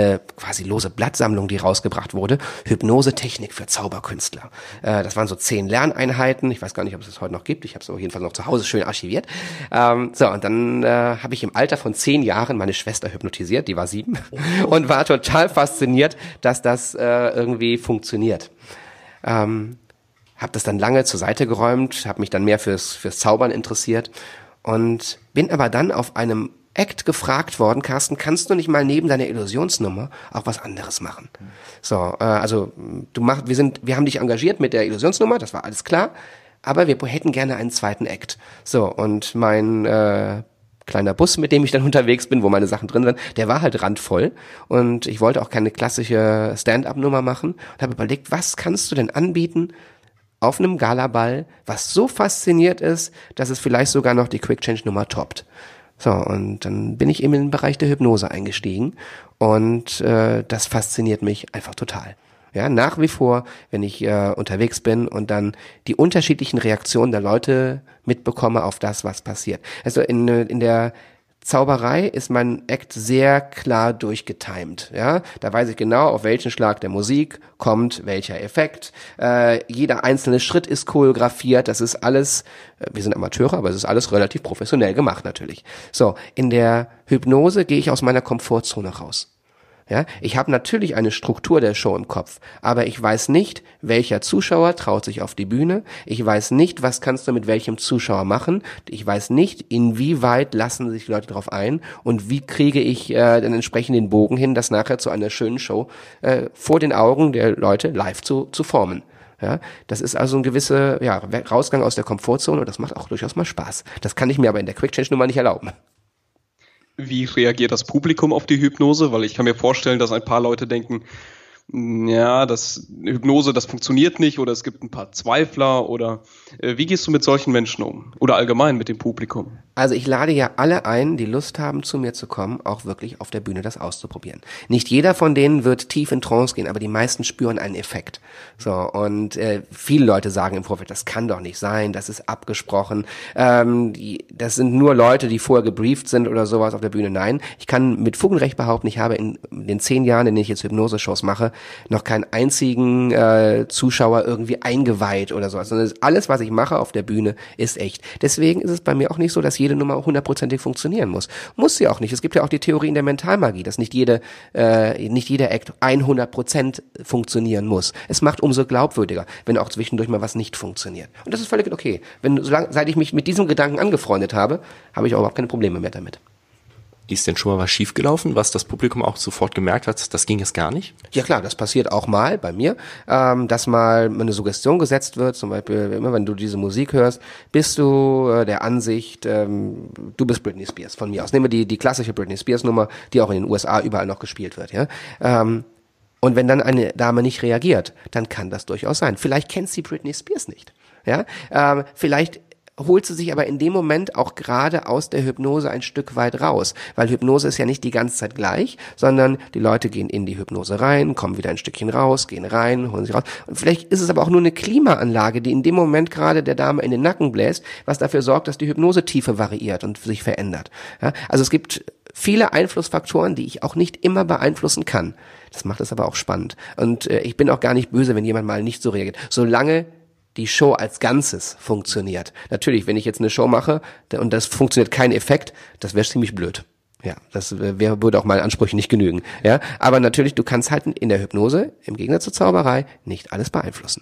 eine quasi lose Blattsammlung, die rausgebracht wurde, Hypnose-Technik für Zauberkünstler. Äh, das waren so zehn Lerneinheiten, ich weiß gar nicht, ob es das heute noch gibt, ich habe es auf jeden Fall noch zu Hause schön archiviert. Ähm, so, und dann äh, habe ich im Alter von zehn Jahren meine Schwester hypnotisiert, die war sieben, und war total fasziniert, dass das äh, irgendwie funktioniert. Ähm, habe das dann lange zur Seite geräumt, habe mich dann mehr fürs fürs Zaubern interessiert und bin aber dann auf einem Act gefragt worden, Carsten, kannst du nicht mal neben deiner Illusionsnummer auch was anderes machen? So, äh, also du machst, wir sind, wir haben dich engagiert mit der Illusionsnummer, das war alles klar, aber wir hätten gerne einen zweiten Act. So, und mein äh, kleiner Bus, mit dem ich dann unterwegs bin, wo meine Sachen drin sind, der war halt randvoll und ich wollte auch keine klassische Stand-up-Nummer machen und habe überlegt, was kannst du denn anbieten auf einem Galaball, was so fasziniert ist, dass es vielleicht sogar noch die Quick-Change-Nummer toppt. So, und dann bin ich eben in den Bereich der Hypnose eingestiegen und äh, das fasziniert mich einfach total. Ja, nach wie vor, wenn ich äh, unterwegs bin und dann die unterschiedlichen Reaktionen der Leute mitbekomme auf das, was passiert. Also in, in der Zauberei ist mein Act sehr klar durchgetimed. Ja, da weiß ich genau, auf welchen Schlag der Musik kommt welcher Effekt. Äh, jeder einzelne Schritt ist choreografiert. Das ist alles, äh, wir sind Amateure, aber es ist alles relativ professionell gemacht natürlich. So, in der Hypnose gehe ich aus meiner Komfortzone raus. Ja, ich habe natürlich eine Struktur der Show im Kopf, aber ich weiß nicht, welcher Zuschauer traut sich auf die Bühne. Ich weiß nicht, was kannst du mit welchem Zuschauer machen. Ich weiß nicht, inwieweit lassen sich die Leute darauf ein und wie kriege ich äh, den entsprechenden Bogen hin, das nachher zu einer schönen Show äh, vor den Augen der Leute live zu, zu formen. Ja, das ist also ein gewisser ja, Rausgang aus der Komfortzone und das macht auch durchaus mal Spaß. Das kann ich mir aber in der Quick-Change-Nummer nicht erlauben. Wie reagiert das Publikum auf die Hypnose? Weil ich kann mir vorstellen, dass ein paar Leute denken, ja, das Hypnose, das funktioniert nicht oder es gibt ein paar Zweifler oder äh, wie gehst du mit solchen Menschen um? Oder allgemein mit dem Publikum? Also ich lade ja alle ein, die Lust haben, zu mir zu kommen, auch wirklich auf der Bühne das auszuprobieren. Nicht jeder von denen wird tief in Trance gehen, aber die meisten spüren einen Effekt. So, und äh, viele Leute sagen im Vorfeld, das kann doch nicht sein, das ist abgesprochen, ähm, die, das sind nur Leute, die vorher gebrieft sind oder sowas auf der Bühne. Nein, ich kann mit Fug und Recht behaupten, ich habe in den zehn Jahren, in denen ich jetzt Hypnose-Shows mache, noch keinen einzigen äh, Zuschauer irgendwie eingeweiht oder sowas, sondern alles, was ich mache auf der Bühne, ist echt. Deswegen ist es bei mir auch nicht so, dass jede Nummer auch hundertprozentig funktionieren muss. Muss sie auch nicht. Es gibt ja auch die Theorie in der Mentalmagie, dass nicht jede, äh, nicht jeder Act hundert Prozent funktionieren muss. Es macht umso glaubwürdiger, wenn auch zwischendurch mal was nicht funktioniert. Und das ist völlig okay. Wenn, solange, seit ich mich mit diesem Gedanken angefreundet habe, habe ich auch überhaupt keine Probleme mehr damit. Ist denn schon mal was schiefgelaufen, was das Publikum auch sofort gemerkt hat, das ging jetzt gar nicht? Ja klar, das passiert auch mal bei mir, ähm, dass mal eine Suggestion gesetzt wird, zum Beispiel immer wenn du diese Musik hörst, bist du äh, der Ansicht, ähm, du bist Britney Spears von mir aus. Nehmen wir die, die klassische Britney Spears Nummer, die auch in den U S A überall noch gespielt wird. Ja. Ähm, und wenn dann eine Dame nicht reagiert, dann kann das durchaus sein. Vielleicht kennt sie Britney Spears nicht. Ja, ähm, vielleicht holt sie sich aber in dem Moment auch gerade aus der Hypnose ein Stück weit raus, weil Hypnose ist ja nicht die ganze Zeit gleich, sondern die Leute gehen in die Hypnose rein, kommen wieder ein Stückchen raus, gehen rein, holen sich raus. Und vielleicht ist es aber auch nur eine Klimaanlage, die in dem Moment gerade der Dame in den Nacken bläst, was dafür sorgt, dass die Hypnosetiefe variiert und sich verändert. Ja, also es gibt viele Einflussfaktoren, die ich auch nicht immer beeinflussen kann. Das macht es aber auch spannend. Und äh, ich bin auch gar nicht böse, wenn jemand mal nicht so reagiert. Solange die Show als Ganzes funktioniert. Natürlich, wenn ich jetzt eine Show mache und das funktioniert kein Effekt, das wäre ziemlich blöd. Ja, das wäre, würde auch meinen Ansprüchen nicht genügen. Ja, aber natürlich, du kannst halt in der Hypnose, im Gegensatz zur Zauberei, nicht alles beeinflussen.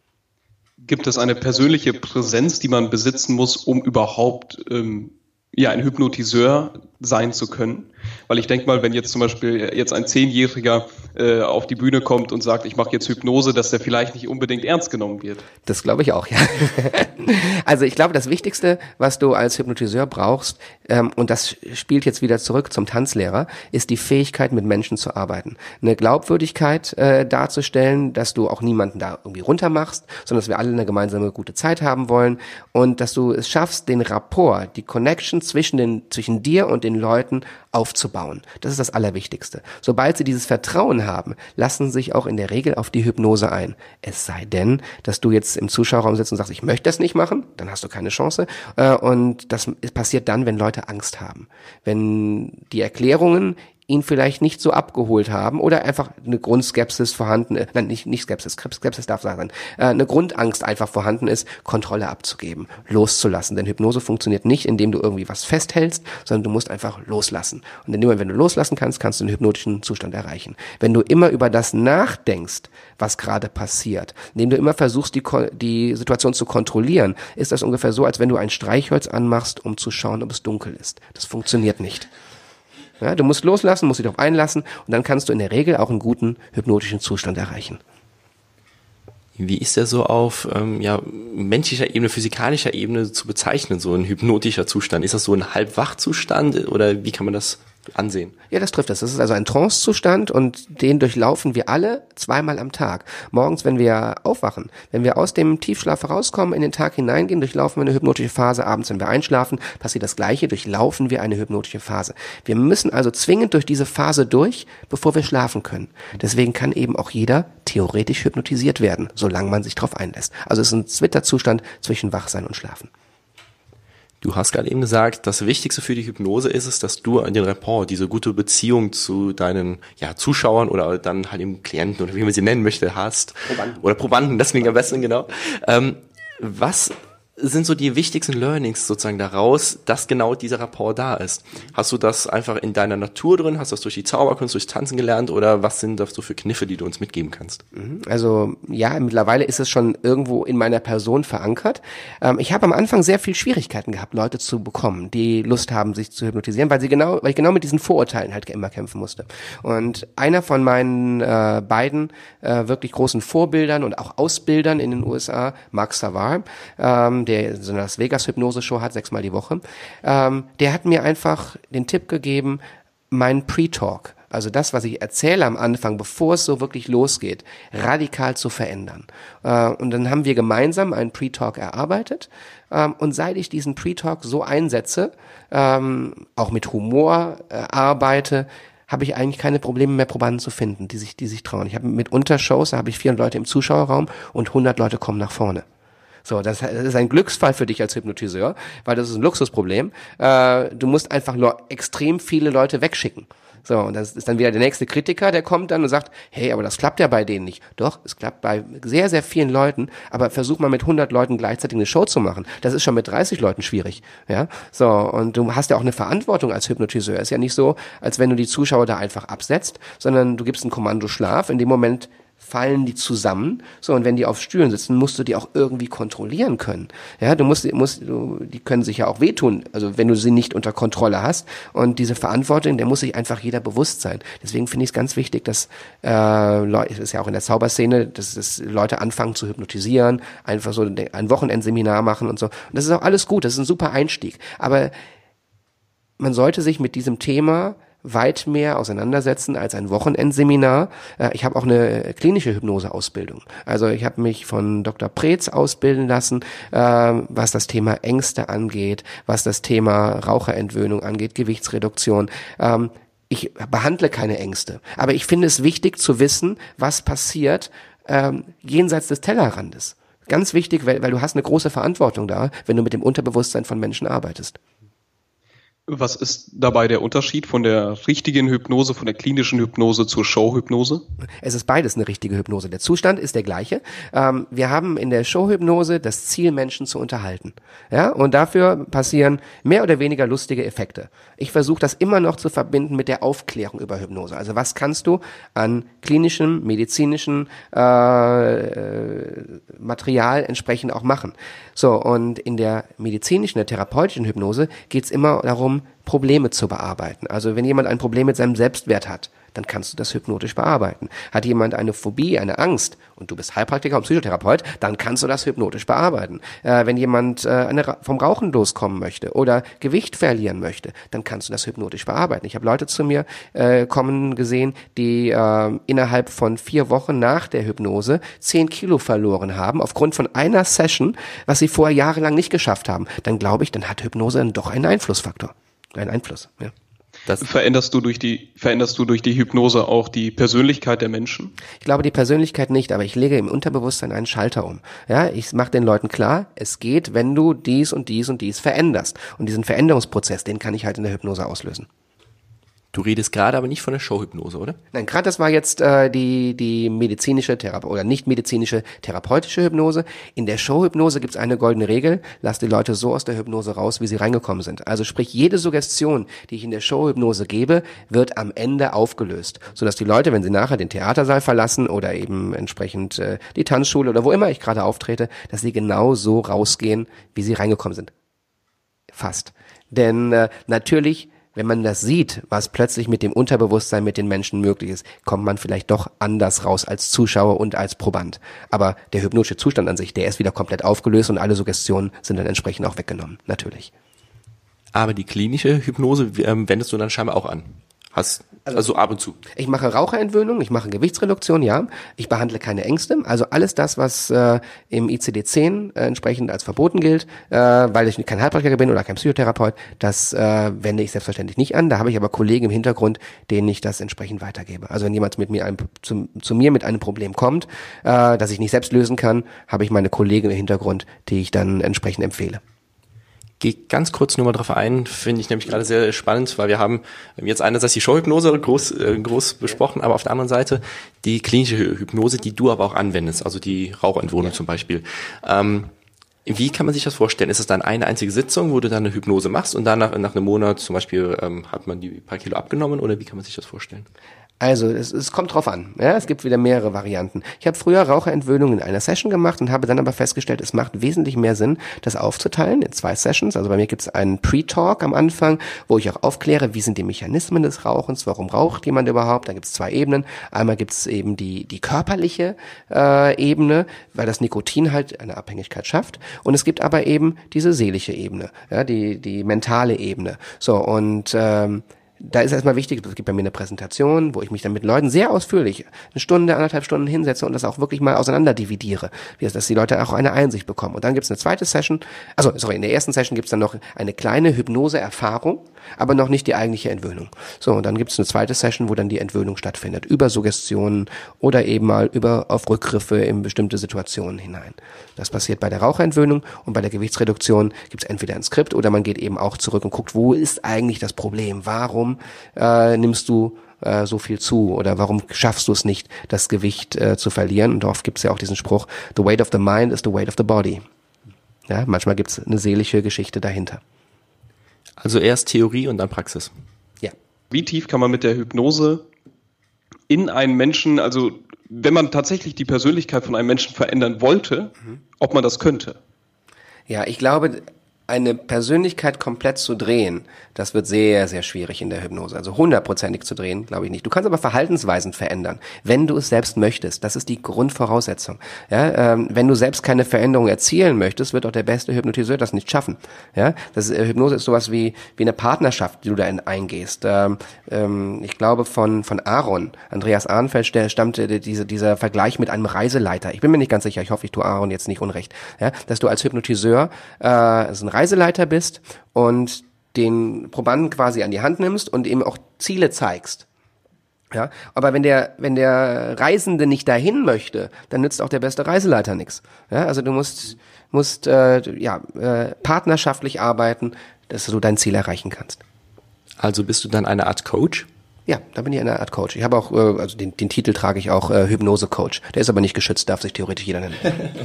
Gibt es eine persönliche Präsenz, die man besitzen muss, um überhaupt ähm, ja ein Hypnotiseur sein zu können? Weil ich denke mal, wenn jetzt zum Beispiel jetzt ein Zehnjähriger äh, auf die Bühne kommt und sagt, ich mache jetzt Hypnose, dass der vielleicht nicht unbedingt ernst genommen wird. Das glaube ich auch, ja. Also ich glaube, das Wichtigste, was du als Hypnotiseur brauchst, ähm, und das spielt jetzt wieder zurück zum Tanzlehrer, ist die Fähigkeit, mit Menschen zu arbeiten. Eine Glaubwürdigkeit äh, darzustellen, dass du auch niemanden da irgendwie runtermachst, sondern dass wir alle eine gemeinsame gute Zeit haben wollen und dass du es schaffst, den Rapport, die Connection zwischen den zwischen dir und den Leuten aufzubauen. Das ist das Allerwichtigste. Sobald sie dieses Vertrauen haben, lassen sie sich auch in der Regel auf die Hypnose ein. Es sei denn, dass du jetzt im Zuschauerraum sitzt und sagst, ich möchte das nicht machen, dann hast du keine Chance. Und das passiert dann, wenn Leute Angst haben. Wenn die Erklärungen ihn vielleicht nicht so abgeholt haben oder einfach eine Grundskepsis vorhanden ist, nein, nicht, nicht Skepsis, Skepsis darf sein, äh, eine Grundangst einfach vorhanden ist, Kontrolle abzugeben, loszulassen. Denn Hypnose funktioniert nicht, indem du irgendwie was festhältst, sondern du musst einfach loslassen. Und in dem Moment, wenn du loslassen kannst, kannst du einen hypnotischen Zustand erreichen. Wenn du immer über das nachdenkst, was gerade passiert, indem du immer versuchst, die, die Situation zu kontrollieren, ist das ungefähr so, als wenn du ein Streichholz anmachst, um zu schauen, ob es dunkel ist. Das funktioniert nicht. Ja, du musst loslassen, musst dich darauf einlassen und dann kannst du in der Regel auch einen guten hypnotischen Zustand erreichen. Wie ist der so auf ähm, ja, menschlicher Ebene, physikalischer Ebene zu bezeichnen, so ein hypnotischer Zustand? Ist das so ein Halbwachzustand oder wie kann man das ansehen? Ja, das trifft das. Das ist also ein Trance-Zustand und den durchlaufen wir alle zweimal am Tag. Morgens, wenn wir aufwachen, wenn wir aus dem Tiefschlaf herauskommen, in den Tag hineingehen, durchlaufen wir eine hypnotische Phase. Abends, wenn wir einschlafen, passiert das Gleiche, durchlaufen wir eine hypnotische Phase. Wir müssen also zwingend durch diese Phase durch, bevor wir schlafen können. Deswegen kann eben auch jeder theoretisch hypnotisiert werden, solange man sich darauf einlässt. Also es ist ein Zwitterzustand zwischen Wachsein und Schlafen. Du hast gerade eben gesagt, das Wichtigste für die Hypnose ist es, dass du an den Rapport, diese gute Beziehung zu deinen ja, Zuschauern oder dann halt eben Klienten oder wie man sie nennen möchte, hast. Probanden. Oder Probanden, das klingt am besten, genau. Ähm, was sind so die wichtigsten Learnings sozusagen daraus, dass genau dieser Rapport da ist? Hast du das einfach in deiner Natur drin? Hast du das durch die Zauberkunst, durchs Tanzen gelernt? Oder was sind das so für Kniffe, die du uns mitgeben kannst? Also ja, mittlerweile ist es schon irgendwo in meiner Person verankert. Ähm, ich habe am Anfang sehr viel Schwierigkeiten gehabt, Leute zu bekommen, die Lust haben, sich zu hypnotisieren, weil sie genau, weil ich genau mit diesen Vorurteilen halt immer kämpfen musste. Und einer von meinen äh, beiden äh, wirklich großen Vorbildern und auch Ausbildern in den U S A, Mark Savard, ähm, der so eine Las Vegas Hypnose-Show hat, sechsmal die Woche, ähm, der hat mir einfach den Tipp gegeben, meinen Pre-Talk, also das, was ich erzähle am Anfang, bevor es so wirklich losgeht, radikal zu verändern. Äh, und dann haben wir gemeinsam einen Pre-Talk erarbeitet. Ähm, und seit ich diesen Pre-Talk so einsetze, ähm, auch mit Humor äh, arbeite, habe ich eigentlich keine Probleme mehr, Probanden zu finden, die sich, die sich trauen. Ich habe mitunter Shows, da habe ich vierhundert Leute im Zuschauerraum und hundert Leute kommen nach vorne. So, das ist ein Glücksfall für dich als Hypnotiseur, weil das ist ein Luxusproblem. Äh, du musst einfach le- extrem viele Leute wegschicken. So, und das ist dann wieder der nächste Kritiker, der kommt dann und sagt, hey, aber das klappt ja bei denen nicht. Doch, es klappt bei sehr, sehr vielen Leuten, aber versuch mal mit hundert Leuten gleichzeitig eine Show zu machen. Das ist schon mit dreißig Leuten schwierig. Ja, so, und du hast ja auch eine Verantwortung als Hypnotiseur. Es ist ja nicht so, als wenn du die Zuschauer da einfach absetzt, sondern du gibst ein Kommando Schlaf. In dem Moment fallen die zusammen, so, und wenn die auf Stühlen sitzen, musst du die auch irgendwie kontrollieren können. Ja, du musst, musst du, die können sich ja auch wehtun, also wenn du sie nicht unter Kontrolle hast, und diese Verantwortung, der muss sich einfach jeder bewusst sein. Deswegen finde ich es ganz wichtig, dass äh, Leute, es ist ja auch in der Zauberszene, dass, dass Leute anfangen zu hypnotisieren, einfach so ein Wochenendseminar machen und so. Und das ist auch alles gut, das ist ein super Einstieg, aber man sollte sich mit diesem Thema weit mehr auseinandersetzen als ein Wochenendseminar. Ich habe auch eine klinische Hypnose-Ausbildung. Also ich habe mich von Doktor Preetz ausbilden lassen, was das Thema Ängste angeht, was das Thema Raucherentwöhnung angeht, Gewichtsreduktion. Ich behandle keine Ängste, aber ich finde es wichtig zu wissen, was passiert jenseits des Tellerrandes. Ganz wichtig, weil, weil du hast eine große Verantwortung da, wenn du mit dem Unterbewusstsein von Menschen arbeitest. Was ist dabei der Unterschied von der richtigen Hypnose, von der klinischen Hypnose zur Showhypnose? Es ist beides eine richtige Hypnose. Der Zustand ist der gleiche. Ähm, wir haben in der Showhypnose das Ziel, Menschen zu unterhalten. Ja, und dafür passieren mehr oder weniger lustige Effekte. Ich versuche das immer noch zu verbinden mit der Aufklärung über Hypnose. Also was kannst du an klinischem, medizinischem äh, Material entsprechend auch machen? So, und in der medizinischen, der therapeutischen Hypnose geht's immer darum, Probleme zu bearbeiten. Also wenn jemand ein Problem mit seinem Selbstwert hat, dann kannst du das hypnotisch bearbeiten. Hat jemand eine Phobie, eine Angst, und du bist Heilpraktiker und Psychotherapeut, dann kannst du das hypnotisch bearbeiten. Äh, wenn jemand äh, eine, vom Rauchen loskommen möchte oder Gewicht verlieren möchte, dann kannst du das hypnotisch bearbeiten. Ich habe Leute zu mir äh, kommen gesehen, die äh, innerhalb von vier Wochen nach der Hypnose zehn Kilo verloren haben, aufgrund von einer Session, was sie vorher jahrelang nicht geschafft haben. Dann glaube ich, dann hat Hypnose dann doch einen Einflussfaktor. Einen Einfluss, ja. Das veränderst du durch die, veränderst du durch die Hypnose auch die Persönlichkeit der Menschen? Ich glaube, die Persönlichkeit nicht, aber ich lege im Unterbewusstsein einen Schalter um. Ja, ich mache den Leuten klar, es geht, wenn du dies und dies und dies veränderst. Und diesen Veränderungsprozess, den kann ich halt in der Hypnose auslösen. Du redest gerade aber nicht von der Showhypnose, oder? Nein, gerade das war jetzt äh, die die medizinische Therape- oder nicht medizinische therapeutische Hypnose. In der Showhypnose gibt's eine goldene Regel: Lass die Leute so aus der Hypnose raus, wie sie reingekommen sind. Also sprich, jede Suggestion, die ich in der Showhypnose gebe, wird am Ende aufgelöst, sodass die Leute, wenn sie nachher den Theatersaal verlassen oder eben entsprechend äh, die Tanzschule oder wo immer ich gerade auftrete, dass sie genau so rausgehen, wie sie reingekommen sind. Fast. Denn äh, natürlich, wenn man das sieht, was plötzlich mit dem Unterbewusstsein mit den Menschen möglich ist, kommt man vielleicht doch anders raus als Zuschauer und als Proband. Aber der hypnotische Zustand an sich, der ist wieder komplett aufgelöst und alle Suggestionen sind dann entsprechend auch weggenommen, natürlich. Aber die klinische Hypnose ähm, wendest du dann scheinbar auch an. Hast, also, also ab und zu. Ich mache Raucherentwöhnung, ich mache Gewichtsreduktion, ja. Ich behandle keine Ängste. Also alles das, was äh, im I C D zehn äh, entsprechend als verboten gilt, äh, weil ich kein Heilpraktiker bin oder kein Psychotherapeut, das äh, wende ich selbstverständlich nicht an. Da habe ich aber Kollegen im Hintergrund, denen ich das entsprechend weitergebe. Also wenn jemand mit mir ein, zu, zu mir mit einem Problem kommt, äh, das ich nicht selbst lösen kann, habe ich meine Kollegen im Hintergrund, die ich dann entsprechend empfehle. Geh ganz kurz nur mal drauf ein, finde ich nämlich gerade sehr spannend, weil wir haben jetzt einerseits die Showhypnose groß, äh, groß besprochen, aber auf der anderen Seite die klinische Hypnose, die du aber auch anwendest, also die Raucherentwöhnung ja. zum Beispiel. Ähm, wie kann man sich das vorstellen? Ist es dann eine einzige Sitzung, wo du dann eine Hypnose machst und dann nach, nach einem Monat zum Beispiel ähm, hat man die paar Kilo abgenommen oder wie kann man sich das vorstellen? Also es, es kommt drauf an. Ja, es gibt wieder mehrere Varianten. Ich habe früher Raucherentwöhnung in einer Session gemacht und habe dann aber festgestellt, es macht wesentlich mehr Sinn, das aufzuteilen in zwei Sessions. Also bei mir gibt es einen Pre-Talk am Anfang, wo ich auch aufkläre, wie sind die Mechanismen des Rauchens, warum raucht jemand überhaupt. Da gibt es zwei Ebenen. Einmal gibt es eben die die körperliche äh, Ebene, weil das Nikotin halt eine Abhängigkeit schafft. Und es gibt aber eben diese seelische Ebene, ja, die die mentale Ebene. So und ähm, da ist erstmal wichtig, es gibt bei mir eine Präsentation, wo ich mich dann mit Leuten sehr ausführlich eine Stunde, anderthalb Stunden hinsetze und das auch wirklich mal auseinander dividiere, dass die Leute auch eine Einsicht bekommen. Und dann gibt's eine zweite Session, also sorry, in der ersten Session gibt's dann noch eine kleine Hypnose-Erfahrung, aber noch nicht die eigentliche Entwöhnung. So, und dann gibt's eine zweite Session, wo dann die Entwöhnung stattfindet, über Suggestionen oder eben mal über auf Rückgriffe in bestimmte Situationen hinein. Das passiert bei der Raucherentwöhnung und bei der Gewichtsreduktion gibt's entweder ein Skript oder man geht eben auch zurück und guckt, wo ist eigentlich das Problem? Warum Äh, nimmst du äh, so viel zu oder warum schaffst du es nicht, das Gewicht äh, zu verlieren? Und oft gibt es ja auch diesen Spruch, the weight of the mind is the weight of the body. Ja, manchmal gibt es eine seelische Geschichte dahinter. Also erst Theorie und dann Praxis. Ja. Wie tief kann man mit der Hypnose in einen Menschen, also wenn man tatsächlich die Persönlichkeit von einem Menschen verändern wollte, mhm. ob man das könnte? Ja, ich glaube, eine Persönlichkeit komplett zu drehen, das wird sehr, sehr schwierig in der Hypnose. Also hundertprozentig zu drehen, glaube ich nicht. Du kannst aber Verhaltensweisen verändern, wenn du es selbst möchtest. Das ist die Grundvoraussetzung. Ja, ähm, wenn du selbst keine Veränderung erzielen möchtest, wird auch der beste Hypnotiseur das nicht schaffen. Ja, das äh, Hypnose ist sowas wie wie eine Partnerschaft, die du da in, eingehst. Ähm, ähm, ich glaube von von Aaron, Andreas Arnfeld, der stammte diese dieser Vergleich mit einem Reiseleiter. Ich bin mir nicht ganz sicher. Ich hoffe, ich tue Aaron jetzt nicht unrecht. Ja, dass du als Hypnotiseur äh, also ein Reiseleiter bist und den Probanden quasi an die Hand nimmst und ihm auch Ziele zeigst. Ja, aber wenn der wenn der Reisende nicht dahin möchte, dann nützt auch der beste Reiseleiter nichts. Ja, also du musst musst äh, ja äh, partnerschaftlich arbeiten, dass du dein Ziel erreichen kannst. Also bist du dann eine Art Coach? Ja, da bin ich eine Art Coach. Ich habe auch äh, also den den Titel trage ich auch äh, Hypnose-Coach. Der ist aber nicht geschützt, darf sich theoretisch jeder nennen.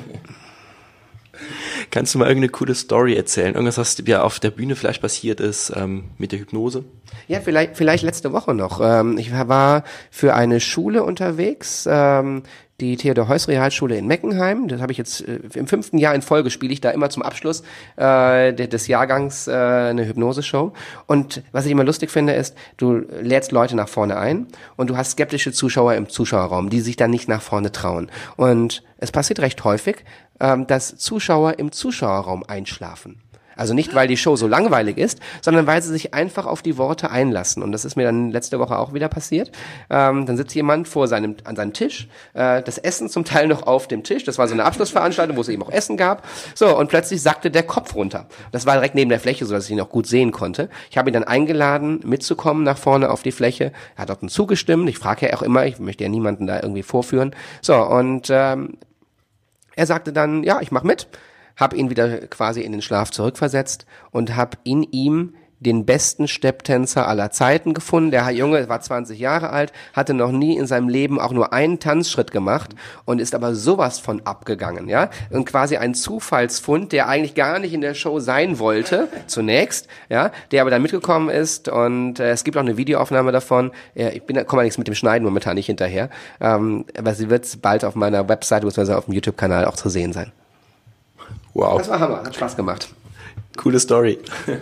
Kannst du mal irgendeine coole Story erzählen? Irgendwas, was dir auf der Bühne vielleicht passiert ist ähm, mit der Hypnose? Ja, vielleicht vielleicht letzte Woche noch. Ähm, ich war für eine Schule unterwegs, ähm, die Theodor-Heuss-Realschule in Meckenheim. Das habe ich jetzt äh, im fünften Jahr in Folge spiele ich da immer zum Abschluss äh, des Jahrgangs äh, eine Hypnose-Show. Und was ich immer lustig finde, ist, du lädst Leute nach vorne ein und du hast skeptische Zuschauer im Zuschauerraum, die sich dann nicht nach vorne trauen. Und es passiert recht häufig, ähm, dass Zuschauer im Zuschauerraum einschlafen. Also nicht, weil die Show so langweilig ist, sondern weil sie sich einfach auf die Worte einlassen. Und das ist mir dann letzte Woche auch wieder passiert. Ähm, dann sitzt jemand vor seinem an seinem Tisch, äh, das Essen zum Teil noch auf dem Tisch. Das war so eine Abschlussveranstaltung, wo es eben auch Essen gab. So, und plötzlich sackte der Kopf runter. Das war direkt neben der Fläche, sodass ich ihn auch gut sehen konnte. Ich habe ihn dann eingeladen, mitzukommen nach vorne auf die Fläche. Er hat auch dann zugestimmt. Ich frage ja auch immer, ich möchte ja niemanden da irgendwie vorführen. So, und ähm, er sagte dann, ja, ich mach mit. Hab ihn wieder quasi in den Schlaf zurückversetzt und hab in ihm den besten Stepptänzer aller Zeiten gefunden. Der Junge war zwanzig Jahre alt, hatte noch nie in seinem Leben auch nur einen Tanzschritt gemacht und ist aber sowas von abgegangen, ja. Und quasi ein Zufallsfund, der eigentlich gar nicht in der Show sein wollte, zunächst, ja, der aber dann mitgekommen ist und äh, es gibt auch eine Videoaufnahme davon. Ja, ich bin, komme nichts mit dem Schneiden momentan nicht hinterher, ähm, aber sie wird bald auf meiner Webseite bzw. auf dem YouTube-Kanal auch zu sehen sein. Wow. Das war Hammer, hat Spaß gemacht. Coole Story.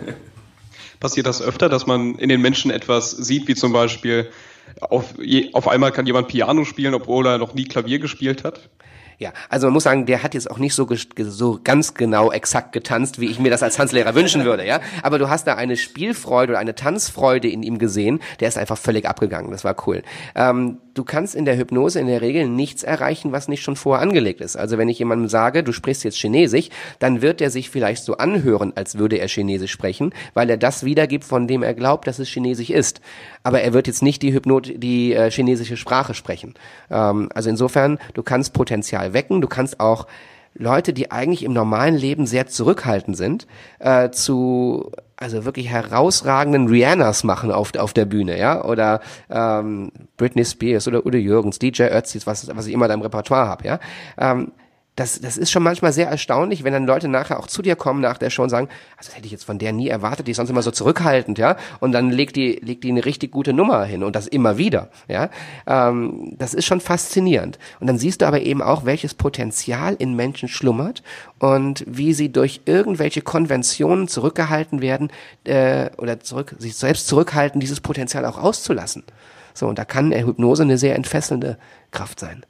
Passiert das öfter, dass man in den Menschen etwas sieht, wie zum Beispiel auf, je, auf einmal kann jemand Piano spielen, obwohl er noch nie Klavier gespielt hat? Ja, also man muss sagen, der hat jetzt auch nicht so, so ganz genau exakt getanzt, wie ich mir das als Tanzlehrer wünschen würde, ja. Aber du hast da eine Spielfreude oder eine Tanzfreude in ihm gesehen, der ist einfach völlig abgegangen, das war cool. Ähm, du kannst in der Hypnose in der Regel nichts erreichen, was nicht schon vorher angelegt ist. Also wenn ich jemandem sage, du sprichst jetzt Chinesisch, dann wird er sich vielleicht so anhören, als würde er Chinesisch sprechen, weil er das wiedergibt, von dem er glaubt, dass es Chinesisch ist. Aber er wird jetzt nicht die Hypnot, die äh, chinesische Sprache sprechen. Ähm, also insofern, du kannst Potenzial wecken, du kannst auch Leute, die eigentlich im normalen Leben sehr zurückhaltend sind, äh, zu also wirklich herausragenden Rihannas machen auf auf der Bühne, ja, oder ähm, Britney Spears oder Udo Jürgens, D J Ötzis, was was ich immer da im Repertoire habe, ja. Ähm, Das, das ist schon manchmal sehr erstaunlich, wenn dann Leute nachher auch zu dir kommen nach der Show und sagen, also das hätte ich jetzt von der nie erwartet, die ist sonst immer so zurückhaltend, ja, und dann legt die, legt die eine richtig gute Nummer hin und das immer wieder, ja, ähm, das ist schon faszinierend. Und dann siehst du aber eben auch, welches Potenzial in Menschen schlummert und wie sie durch irgendwelche Konventionen zurückgehalten werden, äh, oder zurück, sich selbst zurückhalten, dieses Potenzial auch auszulassen. So, und da kann Hypnose eine sehr entfesselnde Kraft sein.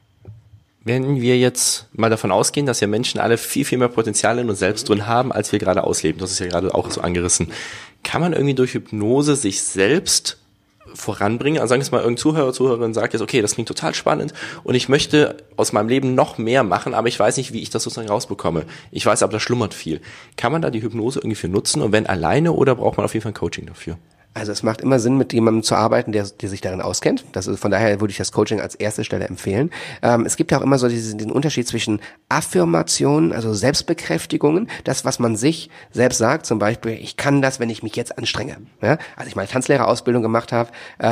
Wenn wir jetzt mal davon ausgehen, dass ja Menschen alle viel, viel mehr Potenzial in uns selbst drin haben, als wir gerade ausleben, das ist ja gerade auch so angerissen, kann man irgendwie durch Hypnose sich selbst voranbringen? Also sagen wir mal, irgendein Zuhörer, Zuhörerin sagt jetzt, okay, das klingt total spannend und ich möchte aus meinem Leben noch mehr machen, aber ich weiß nicht, wie ich das sozusagen rausbekomme. Ich weiß aber, da schlummert viel. Kann man da die Hypnose irgendwie für nutzen und wenn alleine oder braucht man auf jeden Fall ein Coaching dafür? Also es macht immer Sinn, mit jemandem zu arbeiten, der, der sich darin auskennt. Das ist, von daher würde ich das Coaching als erste Stelle empfehlen. Ähm, es gibt ja auch immer so diesen, den Unterschied zwischen Affirmationen, also Selbstbekräftigungen, das, was man sich selbst sagt, zum Beispiel, ich kann das, wenn ich mich jetzt anstrenge. Ja? Als ich meine Tanzlehrerausbildung gemacht habe,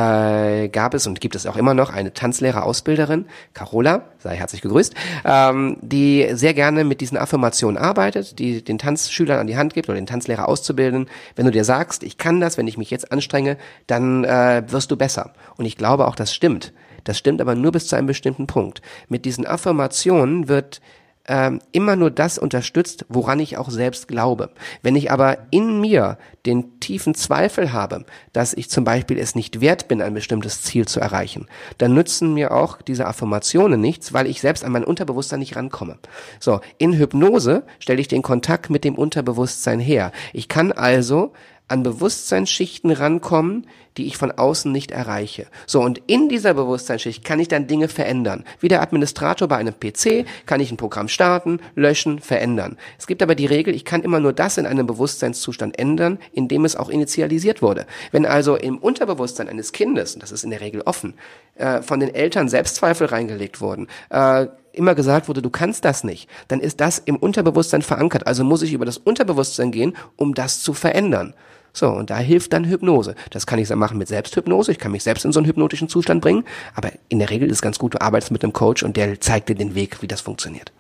äh, gab es und gibt es auch immer noch eine Tanzlehrerausbilderin, Carola, sei herzlich gegrüßt, ähm, die sehr gerne mit diesen Affirmationen arbeitet, die den Tanzschülern an die Hand gibt oder den Tanzlehrer auszubilden. Wenn du dir sagst, ich kann das, wenn ich mich jetzt anstrenge, dann äh, wirst du besser. Und ich glaube auch, das stimmt. Das stimmt aber nur bis zu einem bestimmten Punkt. Mit diesen Affirmationen wird ähm, immer nur das unterstützt, woran ich auch selbst glaube. Wenn ich aber in mir den tiefen Zweifel habe, dass ich zum Beispiel es nicht wert bin, ein bestimmtes Ziel zu erreichen, dann nützen mir auch diese Affirmationen nichts, weil ich selbst an mein Unterbewusstsein nicht rankomme. So, in Hypnose stelle ich den Kontakt mit dem Unterbewusstsein her. Ich kann also an Bewusstseinsschichten rankommen, die ich von außen nicht erreiche. So, und in dieser Bewusstseinsschicht kann ich dann Dinge verändern. Wie der Administrator bei einem P C kann ich ein Programm starten, löschen, verändern. Es gibt aber die Regel, ich kann immer nur das in einem Bewusstseinszustand ändern, in dem es auch initialisiert wurde. Wenn also im Unterbewusstsein eines Kindes, und das ist in der Regel offen, äh, von den Eltern Selbstzweifel reingelegt wurden, äh, immer gesagt wurde, du kannst das nicht, dann ist das im Unterbewusstsein verankert. Also muss ich über das Unterbewusstsein gehen, um das zu verändern. So, und da hilft dann Hypnose. Das kann ich dann machen mit Selbsthypnose. Ich kann mich selbst in so einen hypnotischen Zustand bringen. Aber in der Regel ist es ganz gut, du arbeitest mit einem Coach und der zeigt dir den Weg, wie das funktioniert.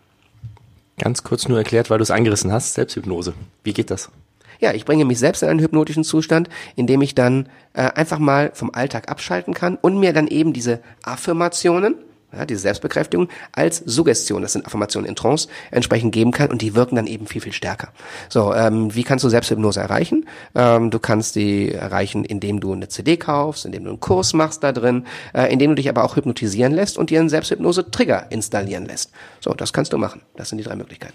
Ganz kurz nur erklärt, weil du es angerissen hast, Selbsthypnose. Wie geht das? Ja, ich bringe mich selbst in einen hypnotischen Zustand, in dem ich dann äh, einfach mal vom Alltag abschalten kann und mir dann eben diese Affirmationen, ja, diese Selbstbekräftigung als Suggestion, das sind Affirmationen in Trance, entsprechend geben kann und die wirken dann eben viel, viel stärker. So, ähm, wie kannst du Selbsthypnose erreichen? Ähm, du kannst die erreichen, indem du eine C D kaufst, indem du einen Kurs machst da drin, äh, indem du dich aber auch hypnotisieren lässt und dir einen Selbsthypnose-Trigger installieren lässt. So, das kannst du machen. Das sind die drei Möglichkeiten.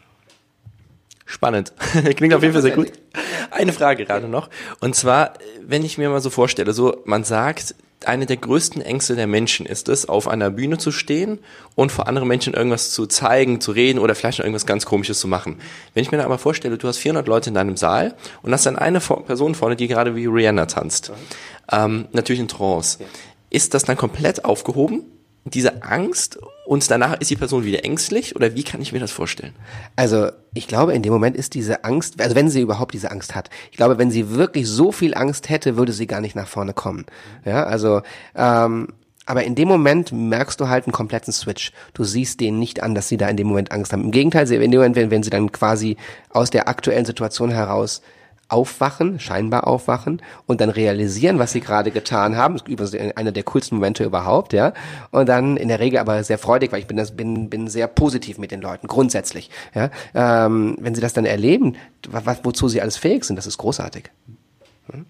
Spannend. Klingt auf jeden Fall sehr gut. Eine Frage gerade noch. Und zwar, wenn ich mir mal so vorstelle, so, man sagt, eine der größten Ängste der Menschen ist es, auf einer Bühne zu stehen und vor anderen Menschen irgendwas zu zeigen, zu reden oder vielleicht noch irgendwas ganz Komisches zu machen. Wenn ich mir da aber vorstelle, du hast vierhundert Leute in deinem Saal und hast dann eine Person vorne, die gerade wie Rihanna tanzt, ähm, natürlich in Trance. Ist das dann komplett aufgehoben, diese Angst, und danach ist die Person wieder ängstlich oder wie kann ich mir das vorstellen? Also ich glaube, in dem Moment ist diese Angst, also wenn sie überhaupt diese Angst hat, ich glaube, wenn sie wirklich so viel Angst hätte, würde sie gar nicht nach vorne kommen. Ja, also ähm, aber in dem Moment merkst du halt einen kompletten Switch. Du siehst denen nicht an, dass sie da in dem Moment Angst haben. Im Gegenteil, in dem Moment, wenn, wenn sie dann quasi aus der aktuellen Situation heraus aufwachen, scheinbar aufwachen und dann realisieren, was sie gerade getan haben. Das ist übrigens einer der coolsten Momente überhaupt, ja. Und dann in der Regel aber sehr freudig, weil ich bin das bin bin sehr positiv mit den Leuten grundsätzlich, ja. Ähm, wenn sie das dann erleben, was, wozu sie alles fähig sind, das ist großartig. Hm?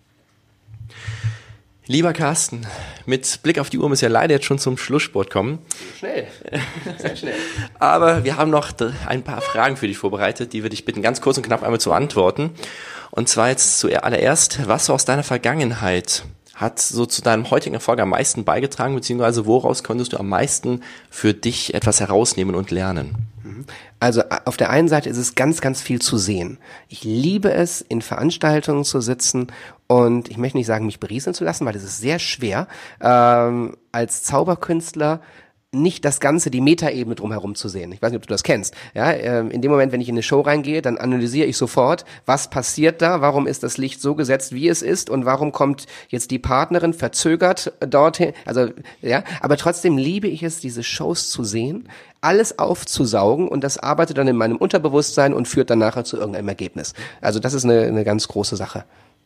Lieber Carsten, mit Blick auf die Uhr müssen wir leider jetzt schon zum Schlusssport kommen. Schnell, sehr schnell. Aber wir haben noch ein paar Fragen für dich vorbereitet, die wir dich bitten, ganz kurz und knapp einmal zu antworten. Und zwar jetzt zuallererst, was aus deiner Vergangenheit hat so zu deinem heutigen Erfolg am meisten beigetragen, beziehungsweise woraus konntest du am meisten für dich etwas herausnehmen und lernen? Also auf der einen Seite ist es ganz, ganz viel zu sehen. Ich liebe es, in Veranstaltungen zu sitzen und ich möchte nicht sagen, mich berieseln zu lassen, weil das ist sehr schwer, ähm, als Zauberkünstler nicht das Ganze, die Metaebene drumherum zu sehen. Ich weiß nicht, ob du das kennst. Ja, ähm, in dem Moment, wenn ich in eine Show reingehe, dann analysiere ich sofort, was passiert da, warum ist das Licht so gesetzt, wie es ist und warum kommt jetzt die Partnerin verzögert dorthin. Also ja, aber trotzdem liebe ich es, diese Shows zu sehen, alles aufzusaugen und das arbeitet dann in meinem Unterbewusstsein und führt dann nachher zu irgendeinem Ergebnis. Also das ist eine, eine ganz große Sache.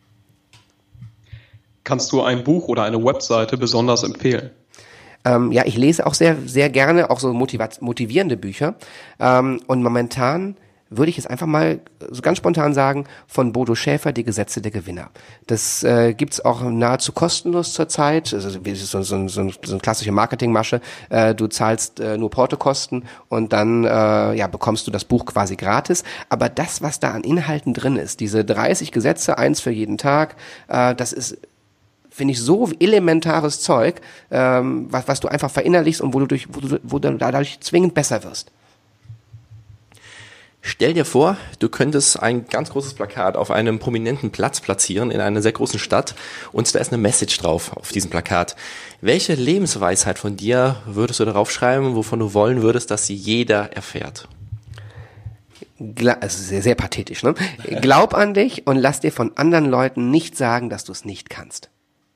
Kannst du ein Buch oder eine Webseite besonders empfehlen? Ähm, ja, ich lese auch sehr, sehr gerne auch so motivat- motivierende Bücher. Ähm, und momentan würde ich jetzt einfach mal so ganz spontan sagen, von Bodo Schäfer, Die Gesetze der Gewinner. Das äh, gibt's auch nahezu kostenlos zurzeit. Also das ist so, so, so, so eine klassische Marketingmasche. Äh, du zahlst äh, nur Portokosten und dann äh, ja bekommst du das Buch quasi gratis. Aber das, was da an Inhalten drin ist, diese dreißig Gesetze, eins für jeden Tag, äh, das ist, finde ich, so elementares Zeug, ähm, was, was du einfach verinnerlichst und wo du, durch, wo du, wo du dadurch zwingend besser wirst. Stell dir vor, du könntest ein ganz großes Plakat auf einem prominenten Platz platzieren in einer sehr großen Stadt und da ist eine Message drauf auf diesem Plakat. Welche Lebensweisheit von dir würdest du darauf schreiben, wovon du wollen würdest, dass sie jeder erfährt? Gla- also sehr, sehr pathetisch, ne? Glaub an dich und lass dir von anderen Leuten nicht sagen, dass du es nicht kannst.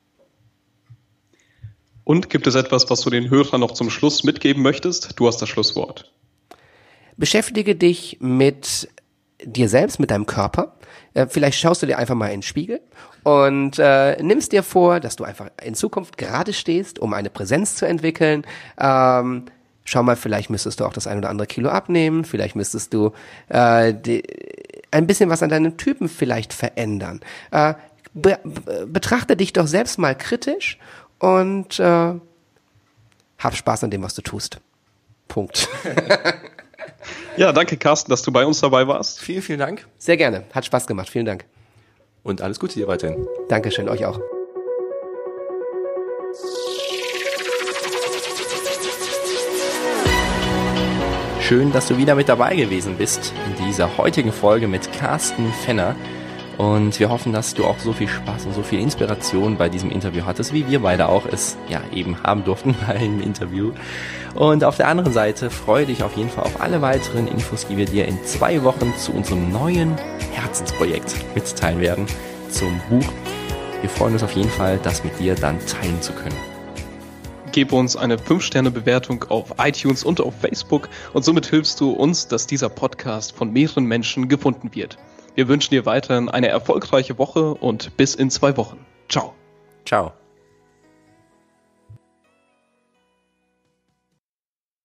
Und gibt es etwas, was du den Hörern noch zum Schluss mitgeben möchtest? Du hast das Schlusswort. Beschäftige dich mit dir selbst, mit deinem Körper. Äh, vielleicht schaust du dir einfach mal in den Spiegel und äh, nimmst dir vor, dass du einfach in Zukunft gerade stehst, um eine Präsenz zu entwickeln. Ähm, schau mal, vielleicht müsstest du auch das ein oder andere Kilo abnehmen. Vielleicht müsstest du äh, die, ein bisschen was an deinem Typen vielleicht verändern. Äh, be- be- betrachte dich doch selbst mal kritisch und äh, hab Spaß an dem, was du tust. Punkt. Ja, danke Carsten, dass du bei uns dabei warst. Vielen, vielen Dank. Sehr gerne. Hat Spaß gemacht. Vielen Dank. Und alles Gute dir weiterhin. Dankeschön, euch auch. Schön, dass du wieder mit dabei gewesen bist in dieser heutigen Folge mit Carsten Fenner. Und wir hoffen, dass du auch so viel Spaß und so viel Inspiration bei diesem Interview hattest, wie wir beide auch es ja eben haben durften beim Interview. Und auf der anderen Seite freue dich auf jeden Fall auf alle weiteren Infos, die wir dir in zwei Wochen zu unserem neuen Herzensprojekt mitteilen werden, zum Buch. Wir freuen uns auf jeden Fall, das mit dir dann teilen zu können. Gib uns eine fünf Sterne Bewertung auf iTunes und auf Facebook und somit hilfst du uns, dass dieser Podcast von mehreren Menschen gefunden wird. Wir wünschen dir weiterhin eine erfolgreiche Woche und bis in zwei Wochen. Ciao. Ciao.